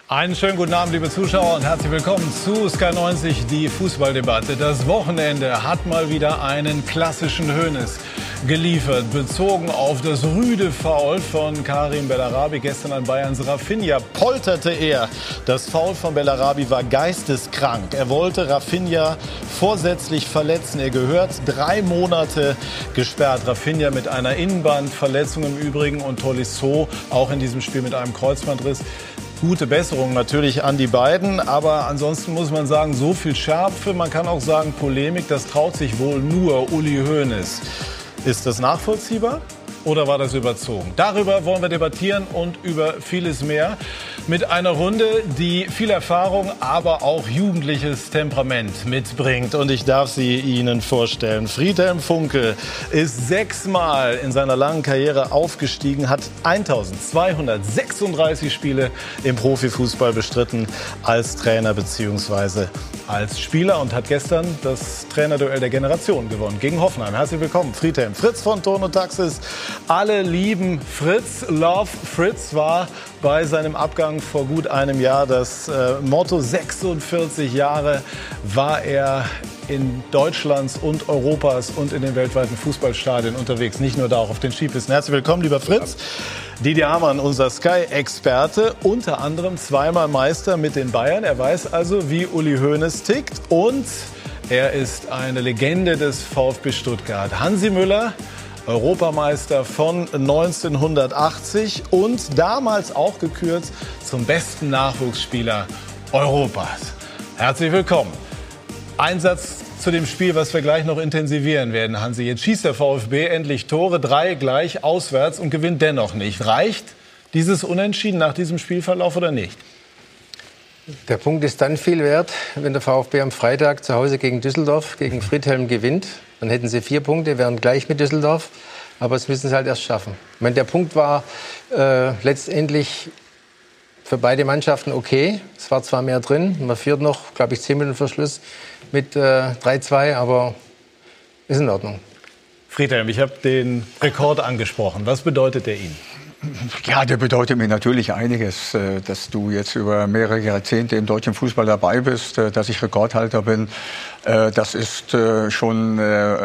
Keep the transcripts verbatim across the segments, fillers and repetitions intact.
Einen schönen guten Abend, liebe Zuschauer, und herzlich willkommen zu Sky neunzig, die Fußballdebatte. Das Wochenende hat mal wieder einen klassischen Hoeneß geliefert, bezogen auf das rüde Foul von Karim Bellarabi gestern an Bayerns Rafinha. Polterte er. Das Foul von Bellarabi war geisteskrank. Er wollte Rafinha vorsätzlich verletzen. Er gehört drei Monate gesperrt. Rafinha mit einer Innenbandverletzung im Übrigen und Tolisso auch in diesem Spiel mit einem Kreuzbandriss. Gute Besserung natürlich an die beiden, aber ansonsten muss man sagen, so viel Schärfe, man kann auch sagen Polemik, das traut sich wohl nur Uli Hoeneß. Ist das nachvollziehbar oder war das überzogen? Darüber wollen wir debattieren und über vieles mehr mit einer Runde, die viel Erfahrung, aber auch jugendliches Temperament mitbringt. Und ich darf sie Ihnen vorstellen. Friedhelm Funkel ist sechsmal in seiner langen Karriere aufgestiegen, hat eintausendzweihundertsechsunddreißig Spiele im Profifußball bestritten als Trainer bzw. als Spieler und hat gestern das Trainerduell der Generation gewonnen gegen Hoffenheim. Herzlich willkommen, Friedhelm. Fritz von Ton und Taxis. Alle lieben Fritz. Love Fritz war bei seinem Abgang vor gut einem Jahr das äh, Motto. sechsundvierzig Jahre war er in Deutschlands und Europas und in den weltweiten Fußballstadien unterwegs. Nicht nur da, auch auf den Skipisten. Herzlich willkommen, lieber Fritz. Didier Hamann, unser Sky-Experte, unter anderem zweimal Meister mit den Bayern. Er weiß also, wie Uli Hoeneß tickt. Und er ist eine Legende des VfB Stuttgart. Hansi Müller, Europameister von neunzehnhundertachtzig und damals auch gekürt zum besten Nachwuchsspieler Europas. Herzlich willkommen. Ein Satz zu dem Spiel, was wir gleich noch intensivieren werden, Hansi. Jetzt schießt der VfB endlich Tore, drei gleich auswärts und gewinnt dennoch nicht. Reicht dieses Unentschieden nach diesem Spielverlauf oder nicht? Der Punkt ist dann viel wert, wenn der VfB am Freitag zu Hause gegen Düsseldorf, gegen Friedhelm gewinnt. Dann hätten sie vier Punkte, wären gleich mit Düsseldorf. Aber das müssen sie halt erst schaffen. Ich meine, der Punkt war äh, letztendlich für beide Mannschaften okay. Es war zwar mehr drin, man führt noch, glaube ich, zehn Minuten vor Schluss mit äh, drei zwei, aber ist in Ordnung. Friedhelm, ich habe den Rekord angesprochen. Was bedeutet der Ihnen? Ja, der bedeutet mir natürlich einiges, dass du jetzt über mehrere Jahrzehnte im deutschen Fußball dabei bist, dass ich Rekordhalter bin. Das ist schon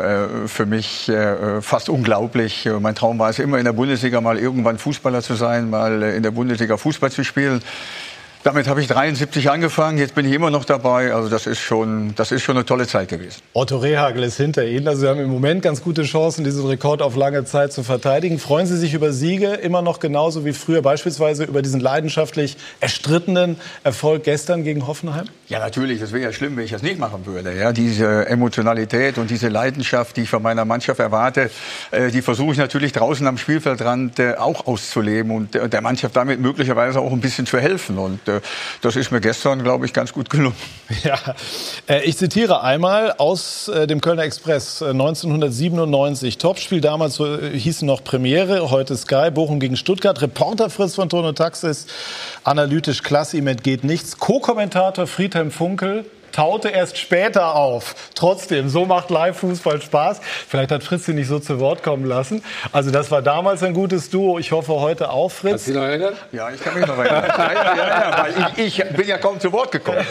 für mich fast unglaublich. Mein Traum war es immer, in der Bundesliga mal irgendwann Fußballer zu sein, mal in der Bundesliga Fußball zu spielen. Damit habe ich dreiundsiebzig angefangen, jetzt bin ich immer noch dabei. Also das ist schon, das ist schon eine tolle Zeit gewesen. Otto Rehhagel ist hinter Ihnen. Also Sie haben im Moment ganz gute Chancen, diesen Rekord auf lange Zeit zu verteidigen. Freuen Sie sich über Siege immer noch genauso wie früher, beispielsweise über diesen leidenschaftlich erstrittenen Erfolg gestern gegen Hoffenheim? Ja, natürlich. Das wäre ja schlimm, wenn ich das nicht machen würde. Ja, diese Emotionalität und diese Leidenschaft, die ich von meiner Mannschaft erwarte, die versuche ich natürlich draußen am Spielfeldrand auch auszuleben und der Mannschaft damit möglicherweise auch ein bisschen zu helfen. Und das ist mir gestern, glaube ich, ganz gut gelungen. Ja, ich zitiere einmal aus dem Kölner Express neunzehnhundertsiebenundneunzig. Topspiel damals so, hieß noch Premiere, heute Sky, Bochum gegen Stuttgart. Reporter Fritz von Ton und Taxis, analytisch klasse, ihm entgeht nichts. Co-Kommentator Friedhelm Funkel taute erst später auf. Trotzdem, so macht Live-Fußball Spaß. Vielleicht hat Fritz Sie nicht so zu Wort kommen lassen. Also das war damals ein gutes Duo. Ich hoffe heute auch, Fritz. Kannst du dich noch erinnern? Ja, ich kann mich noch erinnern. ja, ja, ja, weil ich, ich bin ja kaum zu Wort gekommen.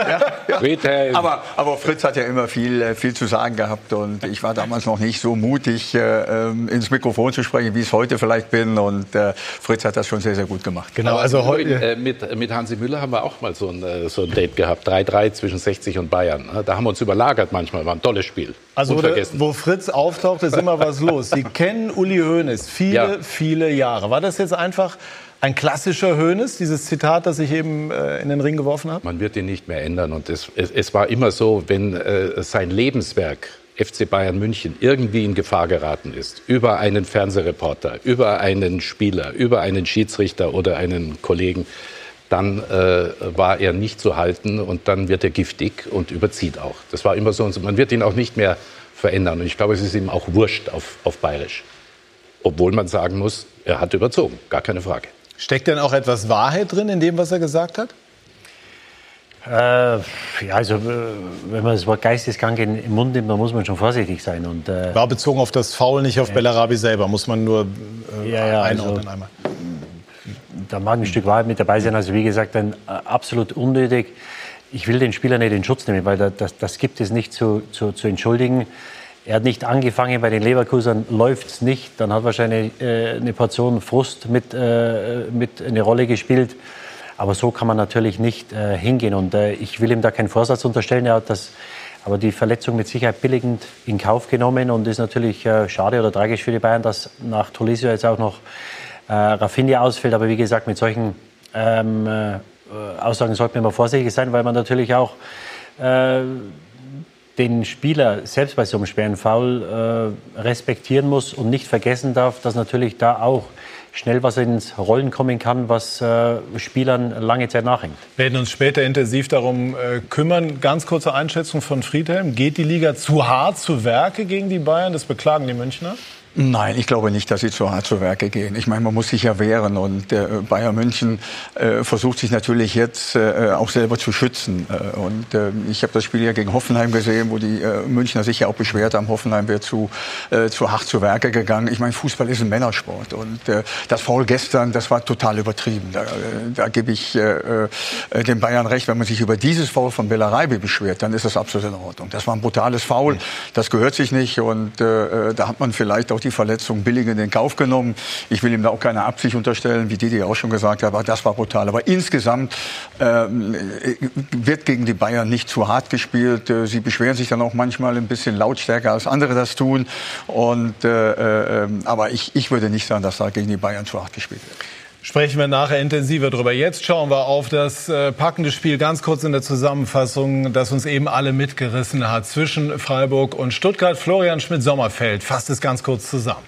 Ja, ja. Aber, aber Fritz hat ja immer viel, viel zu sagen gehabt. Und ich war damals noch nicht so mutig, äh, ins Mikrofon zu sprechen, wie ich es heute vielleicht bin. Und äh, Fritz hat das schon sehr, sehr gut gemacht. Genau, also heute äh, mit, mit Hansi Müller haben wir auch mal so ein, so ein Date gehabt. drei drei zwischen sechzig und Bayern. Da haben wir uns überlagert manchmal. War ein tolles Spiel. Also wo, der, wo Fritz auftaucht, ist immer was los. Sie kennen Uli Hoeneß viele, ja. viele Jahre. War das jetzt einfach ein klassischer Hoeneß, dieses Zitat, das ich eben äh, in den Ring geworfen habe? Man wird ihn nicht mehr ändern. Und es, es, es war immer so, wenn äh, sein Lebenswerk F C Bayern München irgendwie in Gefahr geraten ist, über einen Fernsehreporter, über einen Spieler, über einen Schiedsrichter oder einen Kollegen, dann äh, war er nicht zu halten und dann wird er giftig und überzieht auch. Das war immer so. Und man wird ihn auch nicht mehr verändern. Und ich glaube, es ist ihm auch wurscht auf, auf Bayerisch. Obwohl man sagen muss, er hat überzogen. Gar keine Frage. Steckt denn auch etwas Wahrheit drin in dem, was er gesagt hat? Äh, ja, also wenn man das Wort geisteskrank in den Mund nimmt, dann muss man schon vorsichtig sein. Und, äh, war bezogen auf das Foul, nicht auf äh, Bellarabi selber, muss man nur äh, ja, ja, einordnen also, einmal. da mag ein Stück Wahrheit mit dabei sein. Also wie gesagt, dann äh, absolut unnötig. Ich will den Spieler nicht in Schutz nehmen, weil da, das, das gibt es nicht zu, zu, zu entschuldigen. Er hat nicht angefangen, bei den Leverkusern läuft es nicht. Dann hat wahrscheinlich äh, eine Portion Frust mit, äh, mit eine Rolle gespielt. Aber so kann man natürlich nicht äh, hingehen. Und äh, ich will ihm da keinen Vorsatz unterstellen. Er hat das, aber die Verletzung mit Sicherheit billigend in Kauf genommen. Und ist natürlich äh, schade oder tragisch für die Bayern, dass nach Tolisso jetzt auch noch äh, Rafinha ausfällt. Aber wie gesagt, mit solchen ähm, äh, Aussagen sollte man immer vorsichtig sein, weil man natürlich auch äh, den Spieler selbst bei so einem schweren Foul äh, respektieren muss und nicht vergessen darf, dass natürlich da auch schnell was ins Rollen kommen kann, was äh, Spielern lange Zeit nachhängt. Wir werden uns später intensiv darum äh, kümmern. Ganz kurze Einschätzung von Friedhelm. Geht die Liga zu hart zu Werke gegen die Bayern? Das beklagen die Münchner. Nein, ich glaube nicht, dass sie zu hart zu Werke gehen. Ich meine, man muss sich ja wehren und äh, Bayern München äh, versucht sich natürlich jetzt äh, auch selber zu schützen. Äh, und äh, ich habe das Spiel ja gegen Hoffenheim gesehen, wo die äh, Münchner sich ja auch beschwert haben, Hoffenheim wäre zu, äh, zu hart zu Werke gegangen. Ich meine, Fußball ist ein Männersport und äh, das Foul gestern, das war total übertrieben. Da, äh, da gebe ich äh, äh, den Bayern recht, wenn man sich über dieses Foul von Bellaraibi beschwert, dann ist das absolut in Ordnung. Das war ein brutales Foul, das gehört sich nicht und äh, da hat man vielleicht auch die Verletzung billig in den Kauf genommen. Ich will ihm da auch keine Absicht unterstellen, wie Didi auch schon gesagt hat, aber das war brutal. Aber insgesamt ähm, wird gegen die Bayern nicht zu hart gespielt. Sie beschweren sich dann auch manchmal ein bisschen lautstärker, als andere das tun. Und, äh, äh, aber ich, ich würde nicht sagen, dass da gegen die Bayern zu hart gespielt wird. Sprechen wir nachher intensiver drüber. Jetzt schauen wir auf das äh, packende Spiel ganz kurz in der Zusammenfassung, das uns eben alle mitgerissen hat zwischen Freiburg und Stuttgart. Florian Schmidt-Sommerfeld fasst es ganz kurz zusammen.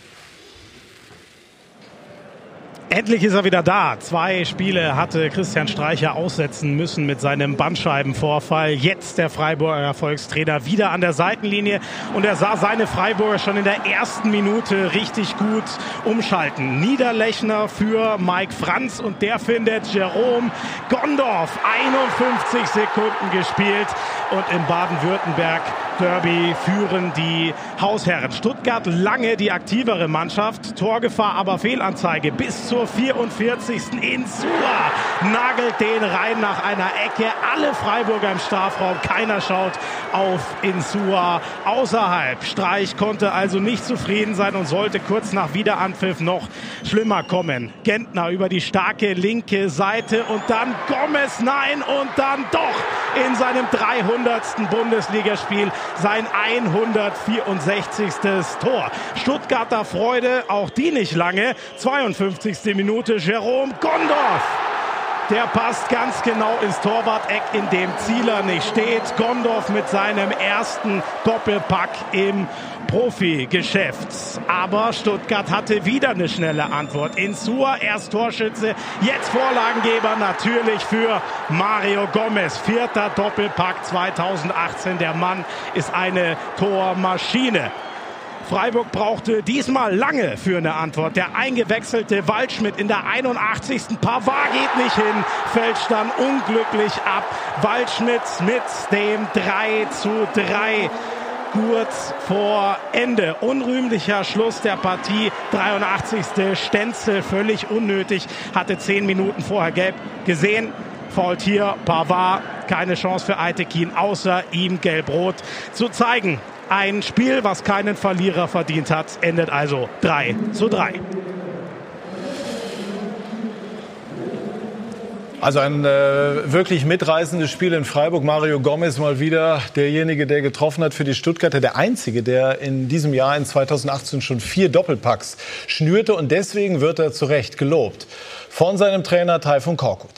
Endlich ist er wieder da. Zwei Spiele hatte Christian Streicher aussetzen müssen mit seinem Bandscheibenvorfall. Jetzt der Freiburger Erfolgstrainer wieder an der Seitenlinie. Und er sah seine Freiburger schon in der ersten Minute richtig gut umschalten. Niederlechner für Mike Franz und der findet Jerome Gondorf. einundfünfzig Sekunden gespielt und im Baden-Württemberg Derby führen die Hausherren. Stuttgart lange die aktivere Mannschaft. Torgefahr aber Fehlanzeige bis zur vierundvierzigsten Insua nagelt den rein nach einer Ecke. Alle Freiburger im Strafraum. Keiner schaut auf Insua außerhalb. Streich konnte also nicht zufrieden sein und sollte kurz nach Wiederanpfiff noch schlimmer kommen. Gentner über die starke linke Seite und dann Gomez, nein, und dann doch in seinem dreihundertsten Bundesligaspiel sein hundertvierundsechzigsten Tor. Stuttgarter Freude, auch die nicht lange. zweiundfünfzigste Minute, Jerome Gondorf. Der passt ganz genau ins Torwart-Eck, in dem Zieler nicht steht. Gondorf mit seinem ersten Doppelpack im Profigeschäft. Aber Stuttgart hatte wieder eine schnelle Antwort. Insua, erst Torschütze, jetzt Vorlagengeber natürlich für Mario Gomez. Vierter Doppelpack zweitausendachtzehn. Der Mann ist eine Tormaschine. Freiburg brauchte diesmal lange für eine Antwort. Der eingewechselte Waldschmidt in der einundachtzigsten Pavard geht nicht hin, fällt dann unglücklich ab. Waldschmidt mit dem drei zu drei. Kurz vor Ende. Unrühmlicher Schluss der Partie. dreiundachtzigste Stenzel, völlig unnötig. Hatte zehn Minuten vorher gelb gesehen. Fault hier, Pavard. Keine Chance für Eitekin, außer ihm gelb-rot zu zeigen. Ein Spiel, was keinen Verlierer verdient hat, endet also drei zu drei. Also ein äh, wirklich mitreißendes Spiel in Freiburg. Mario Gomez mal wieder derjenige, der getroffen hat für die Stuttgarter. Der Einzige, der in diesem Jahr, in zweitausendachtzehn, schon vier Doppelpacks schnürte. Und deswegen wird er zu Recht gelobt von seinem Trainer Tayfun Korkut.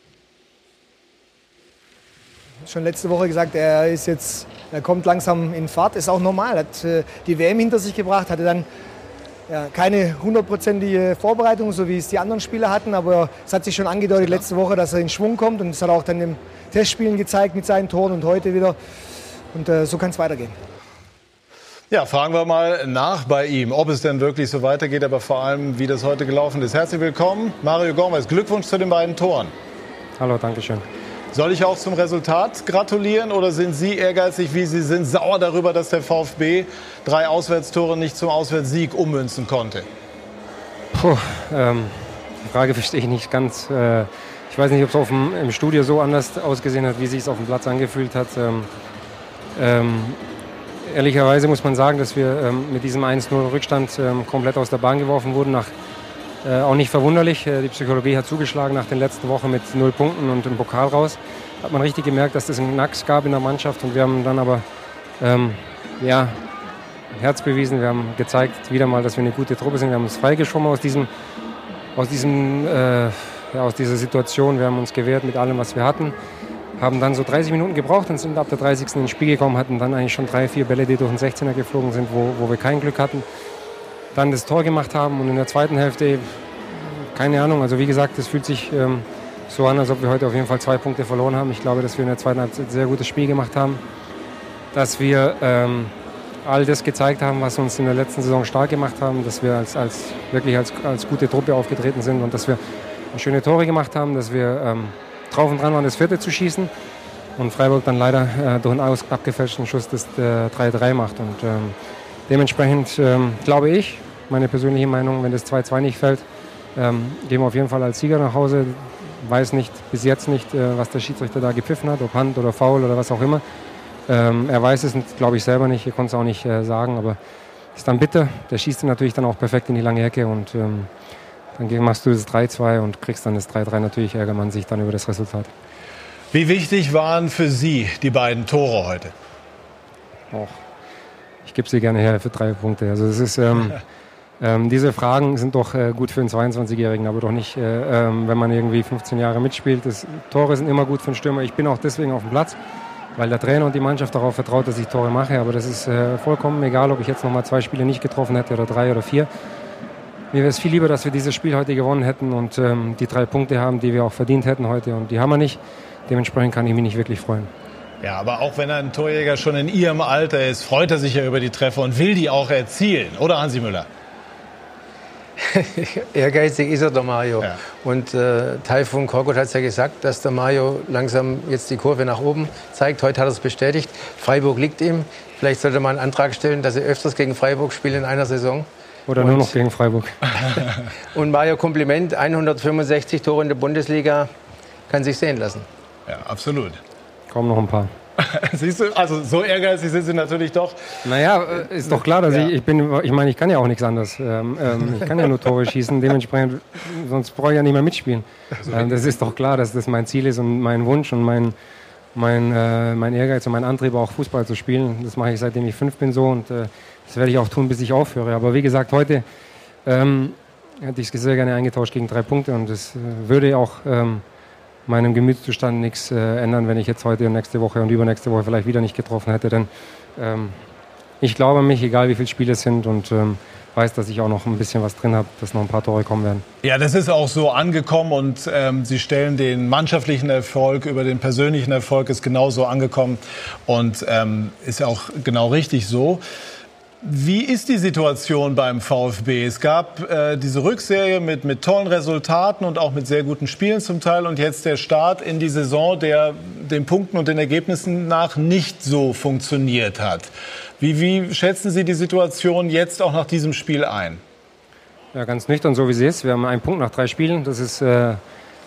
Schon letzte Woche gesagt, er ist jetzt, er kommt langsam in Fahrt. Ist auch normal. Hat äh, die W M hinter sich gebracht, hatte dann ja, keine hundertprozentige Vorbereitung, so wie es die anderen Spieler hatten. Aber es hat sich schon angedeutet letzte Woche, dass er in Schwung kommt. Und das hat er auch dann im Testspielen gezeigt mit seinen Toren und heute wieder. Und äh, so kann es weitergehen. Ja, fragen wir mal nach bei ihm, ob es denn wirklich so weitergeht, aber vor allem, wie das heute gelaufen ist. Herzlich willkommen, Mario Gomez. Glückwunsch zu den beiden Toren. Hallo, danke schön. Soll ich auch zum Resultat gratulieren oder sind Sie ehrgeizig, wie Sie sind, sauer darüber, dass der VfB drei Auswärtstore nicht zum Auswärtssieg ummünzen konnte? Puh, ähm, Die Frage verstehe ich nicht ganz. Äh, ich weiß nicht, ob es auf dem, im Studio so anders ausgesehen hat, wie sich es auf dem Platz angefühlt hat. Ähm, ähm, ehrlicherweise muss man sagen, dass wir ähm, mit diesem eins null Rückstand ähm, komplett aus der Bahn geworfen wurden. Nach, äh, auch nicht verwunderlich. Äh, die Psychologie hat zugeschlagen nach den letzten Wochen mit null Punkten und im Pokal raus. Hat man richtig gemerkt, dass es einen Knacks gab in der Mannschaft. Und wir haben dann aber ähm, ja, Herz bewiesen. Wir haben gezeigt wieder mal, dass wir eine gute Truppe sind. Wir haben uns freigeschwommen aus diesem, aus diesem äh, ja, aus dieser Situation. Wir haben uns gewehrt mit allem, was wir hatten. Haben dann so dreißig Minuten gebraucht und sind ab der dreißigsten ins Spiel gekommen. Hatten dann eigentlich schon drei, vier Bälle, die durch den sechzehner geflogen sind, wo, wo wir kein Glück hatten. Dann das Tor gemacht haben und in der zweiten Hälfte, keine Ahnung. Also wie gesagt, es fühlt sich ähm, so an, als ob wir heute auf jeden Fall zwei Punkte verloren haben. Ich glaube, dass wir in der zweiten Halbzeit ein sehr gutes Spiel gemacht haben. Dass wir ähm, all das gezeigt haben, was uns in der letzten Saison stark gemacht haben. Dass wir als, als, wirklich als, als gute Truppe aufgetreten sind und dass wir schöne Tore gemacht haben, dass wir ähm, drauf und dran waren, das vierte zu schießen. Und Freiburg dann leider äh, durch einen aus, abgefälschten Schuss das äh, drei drei macht. Und ähm, dementsprechend ähm, glaube ich, meine persönliche Meinung, wenn das zwei zwei nicht fällt, ähm, gehen wir auf jeden Fall als Sieger nach Hause. Weiß nicht, bis jetzt nicht, äh, was der Schiedsrichter da gepfiffen hat, ob Hand oder Foul oder was auch immer. Ähm, er weiß es, glaube ich, selber nicht. Ihr konnte es auch nicht äh, sagen, aber ist dann bitter. Der schießt ihn natürlich dann auch perfekt in die lange Ecke und ähm, dann machst du das drei zwei und kriegst dann das drei drei. Natürlich ärgert man sich dann über das Resultat. Wie wichtig waren für Sie die beiden Tore heute? Och, ich gebe sie gerne her für drei Punkte. Also es ist, ähm, ähm, diese Fragen sind doch äh, gut für einen zweiundzwanzigjährigen, aber doch nicht, äh, ähm, wenn man irgendwie fünfzehn Jahre mitspielt. Das, Tore sind immer gut für einen Stürmer. Ich bin auch deswegen auf dem Platz, weil der Trainer und die Mannschaft darauf vertraut, dass ich Tore mache. Aber das ist äh, vollkommen egal, ob ich jetzt noch mal zwei Spiele nicht getroffen hätte oder drei oder vier. Mir wäre es viel lieber, dass wir dieses Spiel heute gewonnen hätten und ähm, die drei Punkte haben, die wir auch verdient hätten heute. Und die haben wir nicht. Dementsprechend kann ich mich nicht wirklich freuen. Ja, aber auch wenn ein Torjäger schon in Ihrem Alter ist, freut er sich ja über die Treffer und will die auch erzielen. Oder, Hansi Müller? Ehrgeizig ist er, der Mario. Ja. Und äh, Taifun Korkut hat es ja gesagt, dass der Mario langsam jetzt die Kurve nach oben zeigt. Heute hat er es bestätigt. Freiburg liegt ihm. Vielleicht sollte man einen Antrag stellen, dass er öfters gegen Freiburg spielt in einer Saison. Oder und, nur noch gegen Freiburg. Und Mario, Kompliment, hundertfünfundsechzig Tore in der Bundesliga, kann sich sehen lassen. Ja, absolut. Kaum noch ein paar. Siehst du, also so ehrgeizig sind Sie natürlich doch. Naja, ist doch klar, dass ja. ich, ich bin, ich meine, ich kann ja auch nichts anderes. Ähm, ähm, ich kann ja nur Tore schießen, dementsprechend, sonst brauche ich ja nicht mehr mitspielen. Ähm, das ist doch klar, dass das mein Ziel ist und mein Wunsch und mein, mein, äh, mein Ehrgeiz und mein Antrieb, auch Fußball zu spielen. Das mache ich, seitdem ich fünf bin so und äh, das werde ich auch tun, bis ich aufhöre. Aber wie gesagt, heute ähm, hätte ich es sehr gerne eingetauscht gegen drei Punkte und das äh, würde auch ähm, meinem Gemütszustand nichts äh, ändern, wenn ich jetzt heute und nächste Woche und übernächste Woche vielleicht wieder nicht getroffen hätte. Denn ähm, ich glaube an mich, egal wie viele Spiele es sind und ähm, weiß, dass ich auch noch ein bisschen was drin habe, dass noch ein paar Tore kommen werden. Ja, das ist auch so angekommen und ähm, Sie stellen den mannschaftlichen Erfolg über den persönlichen Erfolg, ist genauso angekommen und ähm, ist auch genau richtig so. Wie ist die Situation beim VfB? Es gab äh, diese Rückserie mit, mit tollen Resultaten und auch mit sehr guten Spielen zum Teil. Und jetzt der Start in die Saison, der den Punkten und den Ergebnissen nach nicht so funktioniert hat. Wie, wie schätzen Sie die Situation jetzt auch nach diesem Spiel ein? Ja, ganz nüchtern, so wie sie ist. Wir haben einen Punkt nach drei Spielen. Das ist äh,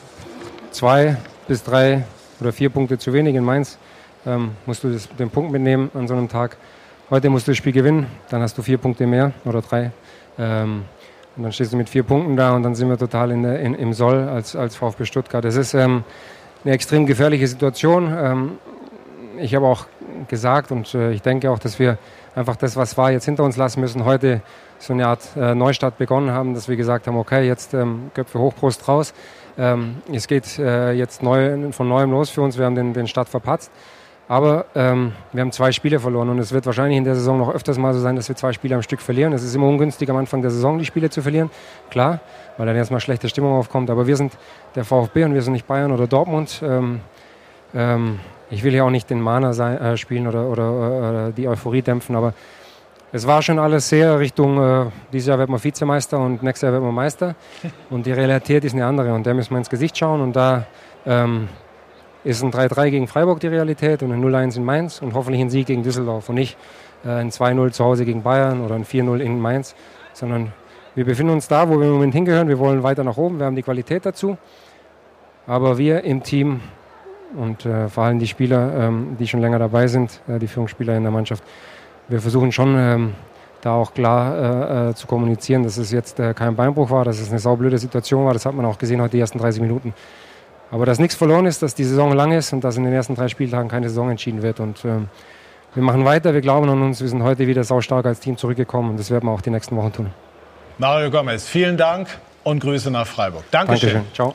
zwei bis drei oder vier Punkte zu wenig in Mainz. Ähm, musst du das, den Punkt mitnehmen an so einem Tag. Heute musst du das Spiel gewinnen, dann hast du vier Punkte mehr oder drei. Ähm, und dann stehst du mit vier Punkten da und dann sind wir total in der, in, im Soll als, als VfB Stuttgart. Das ist ähm, eine extrem gefährliche Situation. Ähm, ich habe auch gesagt und äh, ich denke auch, dass wir einfach das, was war, jetzt hinter uns lassen müssen. Heute so eine Art äh, Neustart begonnen haben, dass wir gesagt haben, okay, jetzt ähm, Köpfe hoch, Brust raus. Ähm, es geht äh, jetzt neu, von Neuem los für uns. Wir haben den, den Start verpatzt. Aber ähm, wir haben zwei Spiele verloren und es wird wahrscheinlich in der Saison noch öfters mal so sein, dass wir zwei Spiele am Stück verlieren. Es ist immer ungünstig, am Anfang der Saison die Spiele zu verlieren, klar, weil dann erstmal schlechte Stimmung aufkommt. Aber wir sind der VfB und wir sind nicht Bayern oder Dortmund. Ähm, ähm, ich will ja auch nicht den Mahner sein, äh, spielen oder, oder, oder die Euphorie dämpfen, aber es war schon alles sehr Richtung, äh, dieses Jahr wird man Vizemeister und nächstes Jahr wird man Meister. Und die Realität ist eine andere und der müssen wir ins Gesicht schauen und da... Ähm, ist ein drei drei gegen Freiburg die Realität und ein null eins in Mainz und hoffentlich ein Sieg gegen Düsseldorf und nicht äh, ein zwei null zu Hause gegen Bayern oder ein vier null in Mainz, sondern wir befinden uns da, wo wir im Moment hingehören. Wir wollen weiter nach oben, wir haben die Qualität dazu. Aber wir im Team und äh, vor allem die Spieler, ähm, die schon länger dabei sind, äh, die Führungsspieler in der Mannschaft, wir versuchen schon ähm, da auch klar äh, äh, zu kommunizieren, dass es jetzt äh, kein Beinbruch war, dass es eine saublöde Situation war. Das hat man auch gesehen heute die ersten dreißig Minuten. Aber dass nichts verloren ist, dass die Saison lang ist und dass in den ersten drei Spieltagen keine Saison entschieden wird. Und ähm, wir machen weiter, wir glauben an uns, wir sind heute wieder saustark als Team zurückgekommen und das werden wir auch die nächsten Wochen tun. Mario Gomez, vielen Dank und Grüße nach Freiburg. Dankeschön. Dankeschön. Ciao.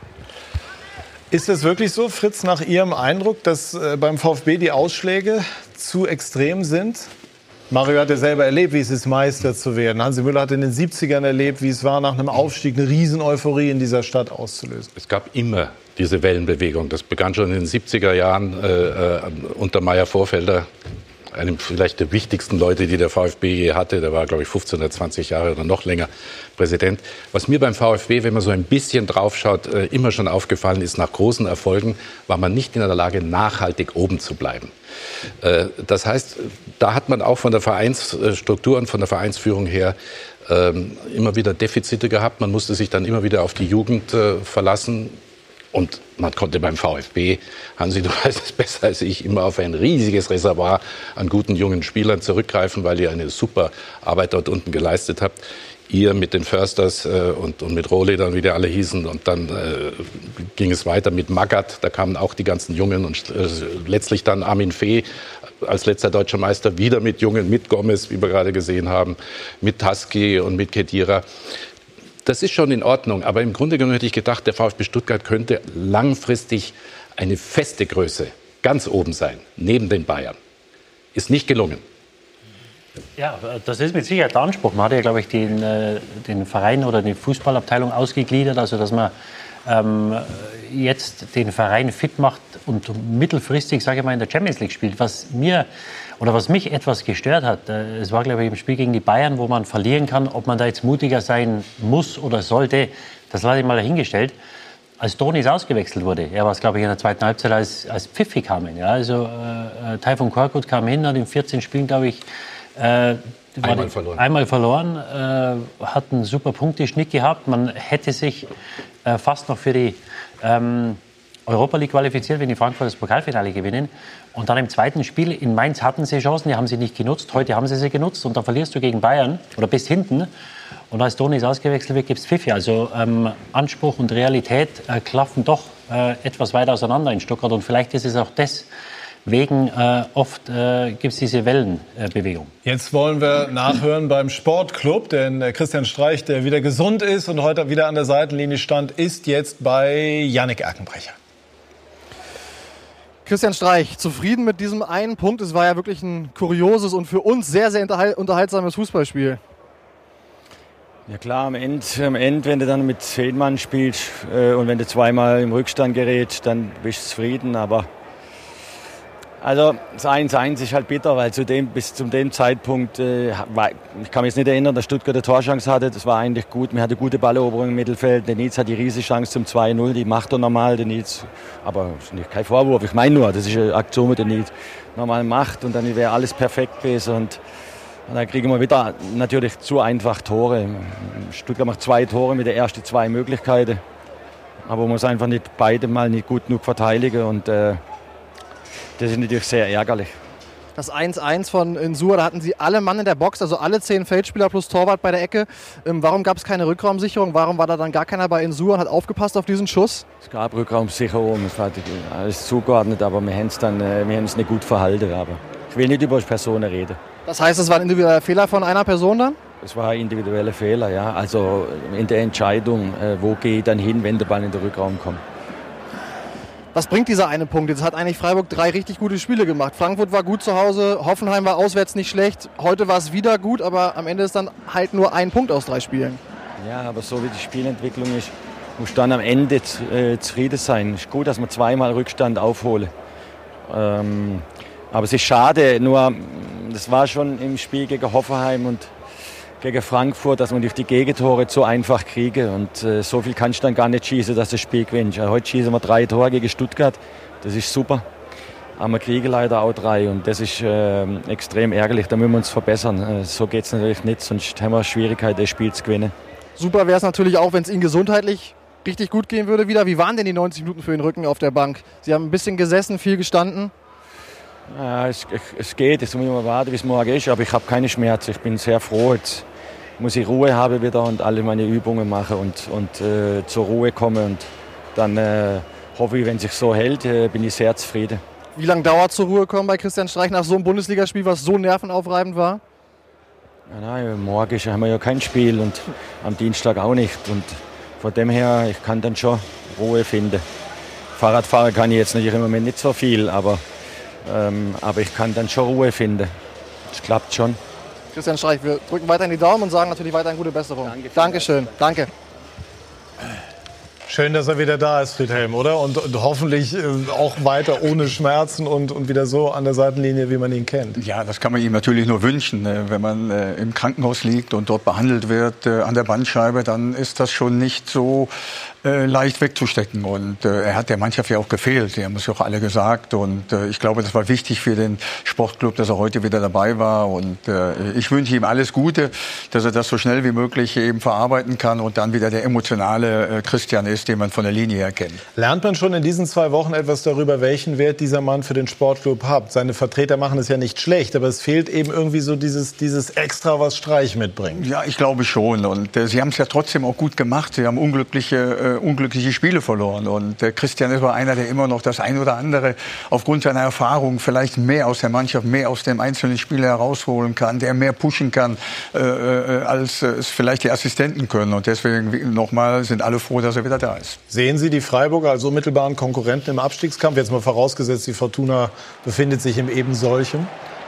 Ist es wirklich so, Fritz, nach Ihrem Eindruck, dass äh, beim VfB die Ausschläge zu extrem sind? Mario hat ja selber erlebt, wie es ist, Meister zu werden. Hansi Müller hat in den siebzigern erlebt, wie es war, nach einem Aufstieg eine Riesen-Euphorie in dieser Stadt auszulösen. Es gab immer diese Wellenbewegung. Das begann schon in den siebziger Jahren äh, äh, unter Meyer-Vorfelder, einem vielleicht der wichtigsten Leute, die der VfB je hatte. Der war, glaube ich, fünfzehn oder zwanzig Jahre oder noch länger Präsident. Was mir beim VfB, wenn man so ein bisschen draufschaut, äh, immer schon aufgefallen ist, nach großen Erfolgen war man nicht in der Lage, nachhaltig oben zu bleiben. Äh, das heißt, da hat man auch von der Vereinsstruktur und von der Vereinsführung her äh, immer wieder Defizite gehabt. Man musste sich dann immer wieder auf die Jugend äh, verlassen. Und man konnte beim VfB, Hansi, du weißt es besser als ich, immer auf ein riesiges Reservoir an guten jungen Spielern zurückgreifen, weil ihr eine super Arbeit dort unten geleistet habt. Ihr mit den Försters äh, und, und mit Rohledern, wie die alle hießen. Und dann äh, ging es weiter mit Magath, da kamen auch die ganzen Jungen. Und äh, letztlich dann Armin Fee als letzter deutscher Meister wieder mit Jungen, mit Gomez, wie wir gerade gesehen haben, mit Taski und mit Khedira. Das ist schon in Ordnung, aber im Grunde genommen hätte ich gedacht, der VfB Stuttgart könnte langfristig eine feste Größe ganz oben sein, neben den Bayern. Ist nicht gelungen. Ja, das ist mit Sicherheit der Anspruch. Man hat ja, glaube ich, den, den Verein oder die Fußballabteilung ausgegliedert, also dass man ähm, jetzt den Verein fit macht und mittelfristig, sage ich mal, in der Champions League spielt. Was mir oder was mich etwas gestört hat, äh, es war, glaube ich, im Spiel gegen die Bayern, wo man verlieren kann, ob man da jetzt mutiger sein muss oder sollte, das lasse ich mal dahingestellt. Als Donis ausgewechselt wurde, er war es, glaube ich, in der zweiten Halbzeit, als, als Pfiffi kamen. Ja, also äh, Taifun Korkut kam hin, hat in vierzehn Spielen, glaube ich, äh, einmal die, verloren, einmal verloren äh, hat einen super Punkteschnitt gehabt. Man hätte sich äh, fast noch für die ähm, Europa League qualifiziert, wenn die Frankfurt das Pokalfinale gewinnen. Und dann im zweiten Spiel in Mainz hatten sie Chancen, die haben sie nicht genutzt. Heute haben sie sie genutzt und dann verlierst du gegen Bayern oder bist hinten. Und als Donis ausgewechselt wird, gibt es Pfiffi. Also ähm, Anspruch und Realität äh, klaffen doch äh, etwas weit auseinander in Stuttgart. Und vielleicht ist es auch deswegen äh, oft äh, gibt es diese Wellenbewegung. Äh, Jetzt wollen wir nachhören beim Sportclub, denn äh, Christian Streich, der wieder gesund ist und heute wieder an der Seitenlinie stand, ist jetzt bei Yannick Erkenbrecher. Christian Streich, zufrieden mit diesem einen Punkt? Es war ja wirklich ein kurioses und für uns sehr, sehr unterhaltsames Fußballspiel. Ja klar, am Ende, am Ende, wenn du dann mit zehn Mann spielst äh, und wenn du zweimal im Rückstand gerätst, dann bist du zufrieden. Aber also das eins eins ist halt bitter, weil zu dem, bis zu dem Zeitpunkt, äh, war, ich kann mich jetzt nicht erinnern, dass Stuttgart eine Torchance hatte. Das war eigentlich gut. Wir hatten gute Balleroberung im Mittelfeld. Der Nietz hat die riesige Chance zum zwei null, die macht er normal, der Nietz. Aber das ist nicht, kein Vorwurf, ich meine nur, das ist eine Aktion mit dem Nietz. Normal macht und dann wäre alles perfekt gewesen. Und, und dann kriegen wir wieder natürlich zu einfach Tore. Stuttgart macht zwei Tore mit der ersten zwei Möglichkeiten. Aber man muss einfach nicht beide mal nicht gut genug verteidigen. Und, äh, das ist natürlich sehr ärgerlich. Das eins eins von Insua, da hatten Sie alle Mann in der Box, also alle zehn Feldspieler plus Torwart bei der Ecke. Ähm, warum gab es keine Rückraumsicherung? Warum war da dann gar keiner bei Insua und hat aufgepasst auf diesen Schuss? Es gab Rückraumsicherung, es war alles zugeordnet, aber wir haben es dann wir haben es nicht gut verhalten. Aber ich will nicht über Personen reden. Das heißt, es war ein individueller Fehler von einer Person dann? Es war ein individueller Fehler, ja. Also in der Entscheidung, wo gehe ich dann hin, wenn der Ball in den Rückraum kommt. Was bringt dieser eine Punkt? Jetzt hat eigentlich Freiburg drei richtig gute Spiele gemacht. Frankfurt war gut zu Hause, Hoffenheim war auswärts nicht schlecht. Heute war es wieder gut, aber am Ende ist dann halt nur ein Punkt aus drei Spielen. Ja, aber so wie die Spielentwicklung ist, muss dann am Ende äh, zufrieden sein. Es ist gut, dass man zweimal Rückstand aufholen. Ähm, aber es ist schade, nur das war schon im Spiel gegen Hoffenheim und gegen Frankfurt, dass man durch die Gegentore so einfach kriege. Und äh, so viel kannst du dann gar nicht schießen, dass das Spiel gewinnt. Heute schießen wir drei Tore gegen Stuttgart. Das ist super. aber wir kriegen leider auch drei und das ist äh, extrem ärgerlich, da müssen wir uns verbessern. Äh, so geht es natürlich nicht, sonst haben wir Schwierigkeiten, das Spiel zu gewinnen. Super wäre es natürlich auch, wenn es Ihnen gesundheitlich richtig gut gehen würde wieder. Wie waren denn die neunzig Minuten für den Rücken auf der Bank? Sie haben ein bisschen gesessen, viel gestanden. Ja, es, es geht, jetzt muss ich mal warten, wie es morgen ist, aber ich habe keine Schmerzen. Ich bin sehr froh, jetzt muss ich Ruhe haben wieder und alle meine Übungen machen und, und äh, zur Ruhe kommen. Und dann äh, hoffe ich, wenn es sich so hält, äh, bin ich sehr zufrieden. Wie lange dauert zur Ruhe kommen bei Christian Streich nach so einem Bundesligaspiel, was so nervenaufreibend war? Ja, nein, morgen haben wir ja kein Spiel und am Dienstag auch nicht. Und von dem her, ich kann dann schon Ruhe finden. Fahrradfahren kann ich jetzt natürlich im Moment nicht so viel, aber, ähm, aber ich kann dann schon Ruhe finden. Das klappt schon. Christian Streich, wir drücken weiterhin die Daumen und sagen natürlich weiterhin gute Besserung. Danke. Dankeschön. Danke. Schön, dass er wieder da ist, Friedhelm, oder? Und, und hoffentlich äh, auch weiter ohne Schmerzen und, und wieder so an der Seitenlinie, wie man ihn kennt. Ja, das kann man ihm natürlich nur wünschen. Wenn man äh, im Krankenhaus liegt und dort behandelt wird äh, an der Bandscheibe, dann ist das schon nicht so äh, leicht wegzustecken. Und äh, er hat der Mannschaft ja auch gefehlt. Die haben es ja auch alle gesagt. Und äh, ich glaube, das war wichtig für den Sportclub, dass er heute wieder dabei war. Und äh, ich wünsche ihm alles Gute, dass er das so schnell wie möglich eben verarbeiten kann und dann wieder der emotionale äh, Christian ist, den man von der Linie her kennt. Lernt man schon in diesen zwei Wochen etwas darüber, welchen Wert dieser Mann für den Sportclub hat? Seine Vertreter machen es ja nicht schlecht, aber es fehlt eben irgendwie so dieses, dieses Extra, was Streich mitbringt. Ja, ich glaube schon. Und äh, sie haben es ja trotzdem auch gut gemacht. Sie haben unglückliche, äh, unglückliche Spiele verloren. Und äh, Christian ist aber einer, der immer noch das ein oder andere aufgrund seiner Erfahrung vielleicht mehr aus der Mannschaft, mehr aus dem einzelnen Spieler herausholen kann, der mehr pushen kann, äh, äh, als äh, es vielleicht die Assistenten können. Und deswegen nochmal sind alle froh, dass er wieder da ist. Sehen Sie die Freiburger als unmittelbaren Konkurrenten im Abstiegskampf? Jetzt mal vorausgesetzt, die Fortuna befindet sich im eben solchen.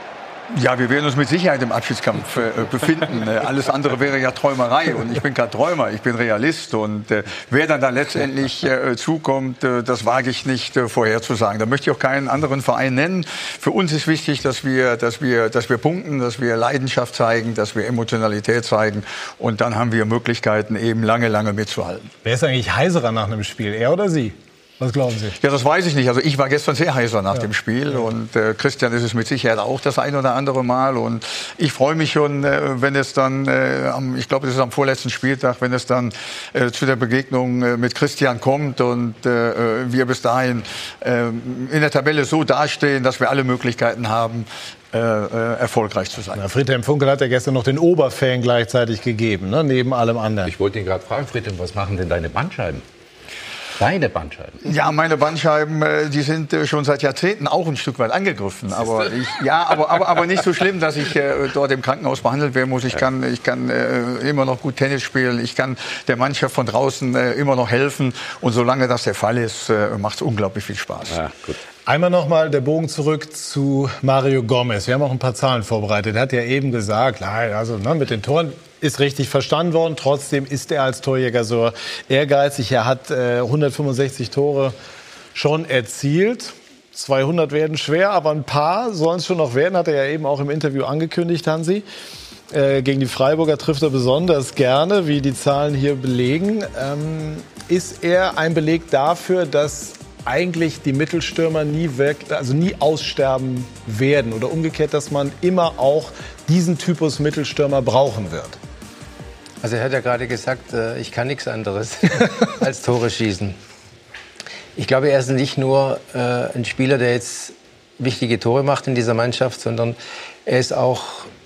Ja, wir werden uns mit Sicherheit im Abschiedskampf äh, befinden. Äh, alles andere wäre ja Träumerei. Und ich bin kein Träumer, ich bin Realist. Und äh, wer dann da letztendlich äh, zukommt, äh, das wage ich nicht äh, vorherzusagen. Da möchte ich auch keinen anderen Verein nennen. Für uns ist wichtig, dass wir, dass wir, dass wir punkten, dass wir Leidenschaft zeigen, dass wir Emotionalität zeigen. Und dann haben wir Möglichkeiten, eben lange, lange mitzuhalten. Wer ist eigentlich heiserer nach einem Spiel, er oder Sie? Was glauben Sie? Ja, das weiß ich nicht. Also ich war gestern sehr heiser nach ja. dem Spiel und äh, Christian ist es mit Sicherheit auch das ein oder andere Mal. Und ich freue mich schon, äh, wenn es dann, äh, am, ich glaube, es ist am vorletzten Spieltag, wenn es dann äh, zu der Begegnung äh, mit Christian kommt und äh, wir bis dahin äh, in der Tabelle so dastehen, dass wir alle Möglichkeiten haben, Äh, äh, erfolgreich zu sein. Na, Friedhelm Funkel hat ja gestern noch den Oberfan gleichzeitig gegeben, ne? Neben allem anderen. Ich wollte ihn gerade fragen, Friedhelm, was machen denn deine Bandscheiben? Deine Bandscheiben? Ja, meine Bandscheiben, die sind schon seit Jahrzehnten auch ein Stück weit angegriffen. Aber ich, ja, aber, aber, aber nicht so schlimm, dass ich äh, dort im Krankenhaus behandelt werden muss. Ich kann, ich kann äh, immer noch gut Tennis spielen. Ich kann der Mannschaft von draußen äh, immer noch helfen. Und solange das der Fall ist, äh, macht es unglaublich viel Spaß. Ja, gut. Einmal noch mal der Bogen zurück zu Mario Gomez. Wir haben auch ein paar Zahlen vorbereitet. Er hat ja eben gesagt, also ne, mit den Toren ist richtig verstanden worden. Trotzdem ist er als Torjäger so ehrgeizig. Er hat äh, hundertfünfundsechzig Tore schon erzielt. zweihundert werden schwer, aber ein paar sollen es schon noch werden. Hat er ja eben auch im Interview angekündigt, Hansi. Äh, gegen die Freiburger trifft er besonders gerne, wie die Zahlen hier belegen. Ähm, ist er ein Beleg dafür, dass eigentlich die Mittelstürmer nie wirklich, also nie aussterben werden oder umgekehrt, dass man immer auch diesen Typus Mittelstürmer brauchen wird? Also er hat ja gerade gesagt, ich kann nichts anderes als Tore schießen. Ich glaube, er ist nicht nur ein Spieler, der jetzt wichtige Tore macht in dieser Mannschaft, sondern er ist auch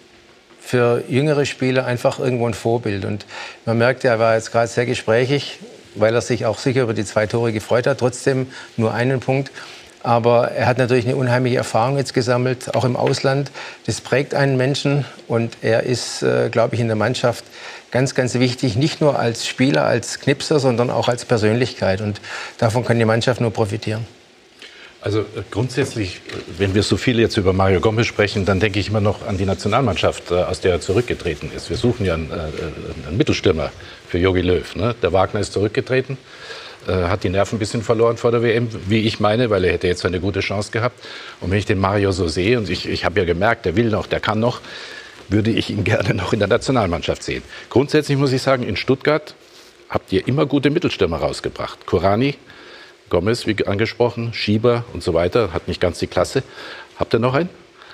für jüngere Spieler einfach irgendwo ein Vorbild. Und man merkt, er war jetzt gerade sehr gesprächig, weil er sich auch sicher über die zwei Tore gefreut hat. Trotzdem nur einen Punkt. Aber er hat natürlich eine unheimliche Erfahrung jetzt gesammelt, auch im Ausland. Das prägt einen Menschen und er ist, äh, glaube ich, in der Mannschaft ganz, ganz wichtig. Nicht nur als Spieler, als Knipser, sondern auch als Persönlichkeit. Und davon kann die Mannschaft nur profitieren. Also grundsätzlich, wenn wir so viel jetzt über Mario Gomez sprechen, dann denke ich immer noch an die Nationalmannschaft, aus der er zurückgetreten ist. Wir suchen ja einen, einen Mittelstürmer für Jogi Löw. Ne? Der Wagner ist zurückgetreten, hat die Nerven ein bisschen verloren vor der W M, wie ich meine, weil er hätte jetzt eine gute Chance gehabt. Und wenn ich den Mario so sehe, und ich, ich habe ja gemerkt, der will noch, der kann noch, würde ich ihn gerne noch in der Nationalmannschaft sehen. Grundsätzlich muss ich sagen, in Stuttgart habt ihr immer gute Mittelstürmer rausgebracht. Korani, Gomez, wie angesprochen, Schieber und so weiter, hat nicht ganz die Klasse. Habt ihr noch einen?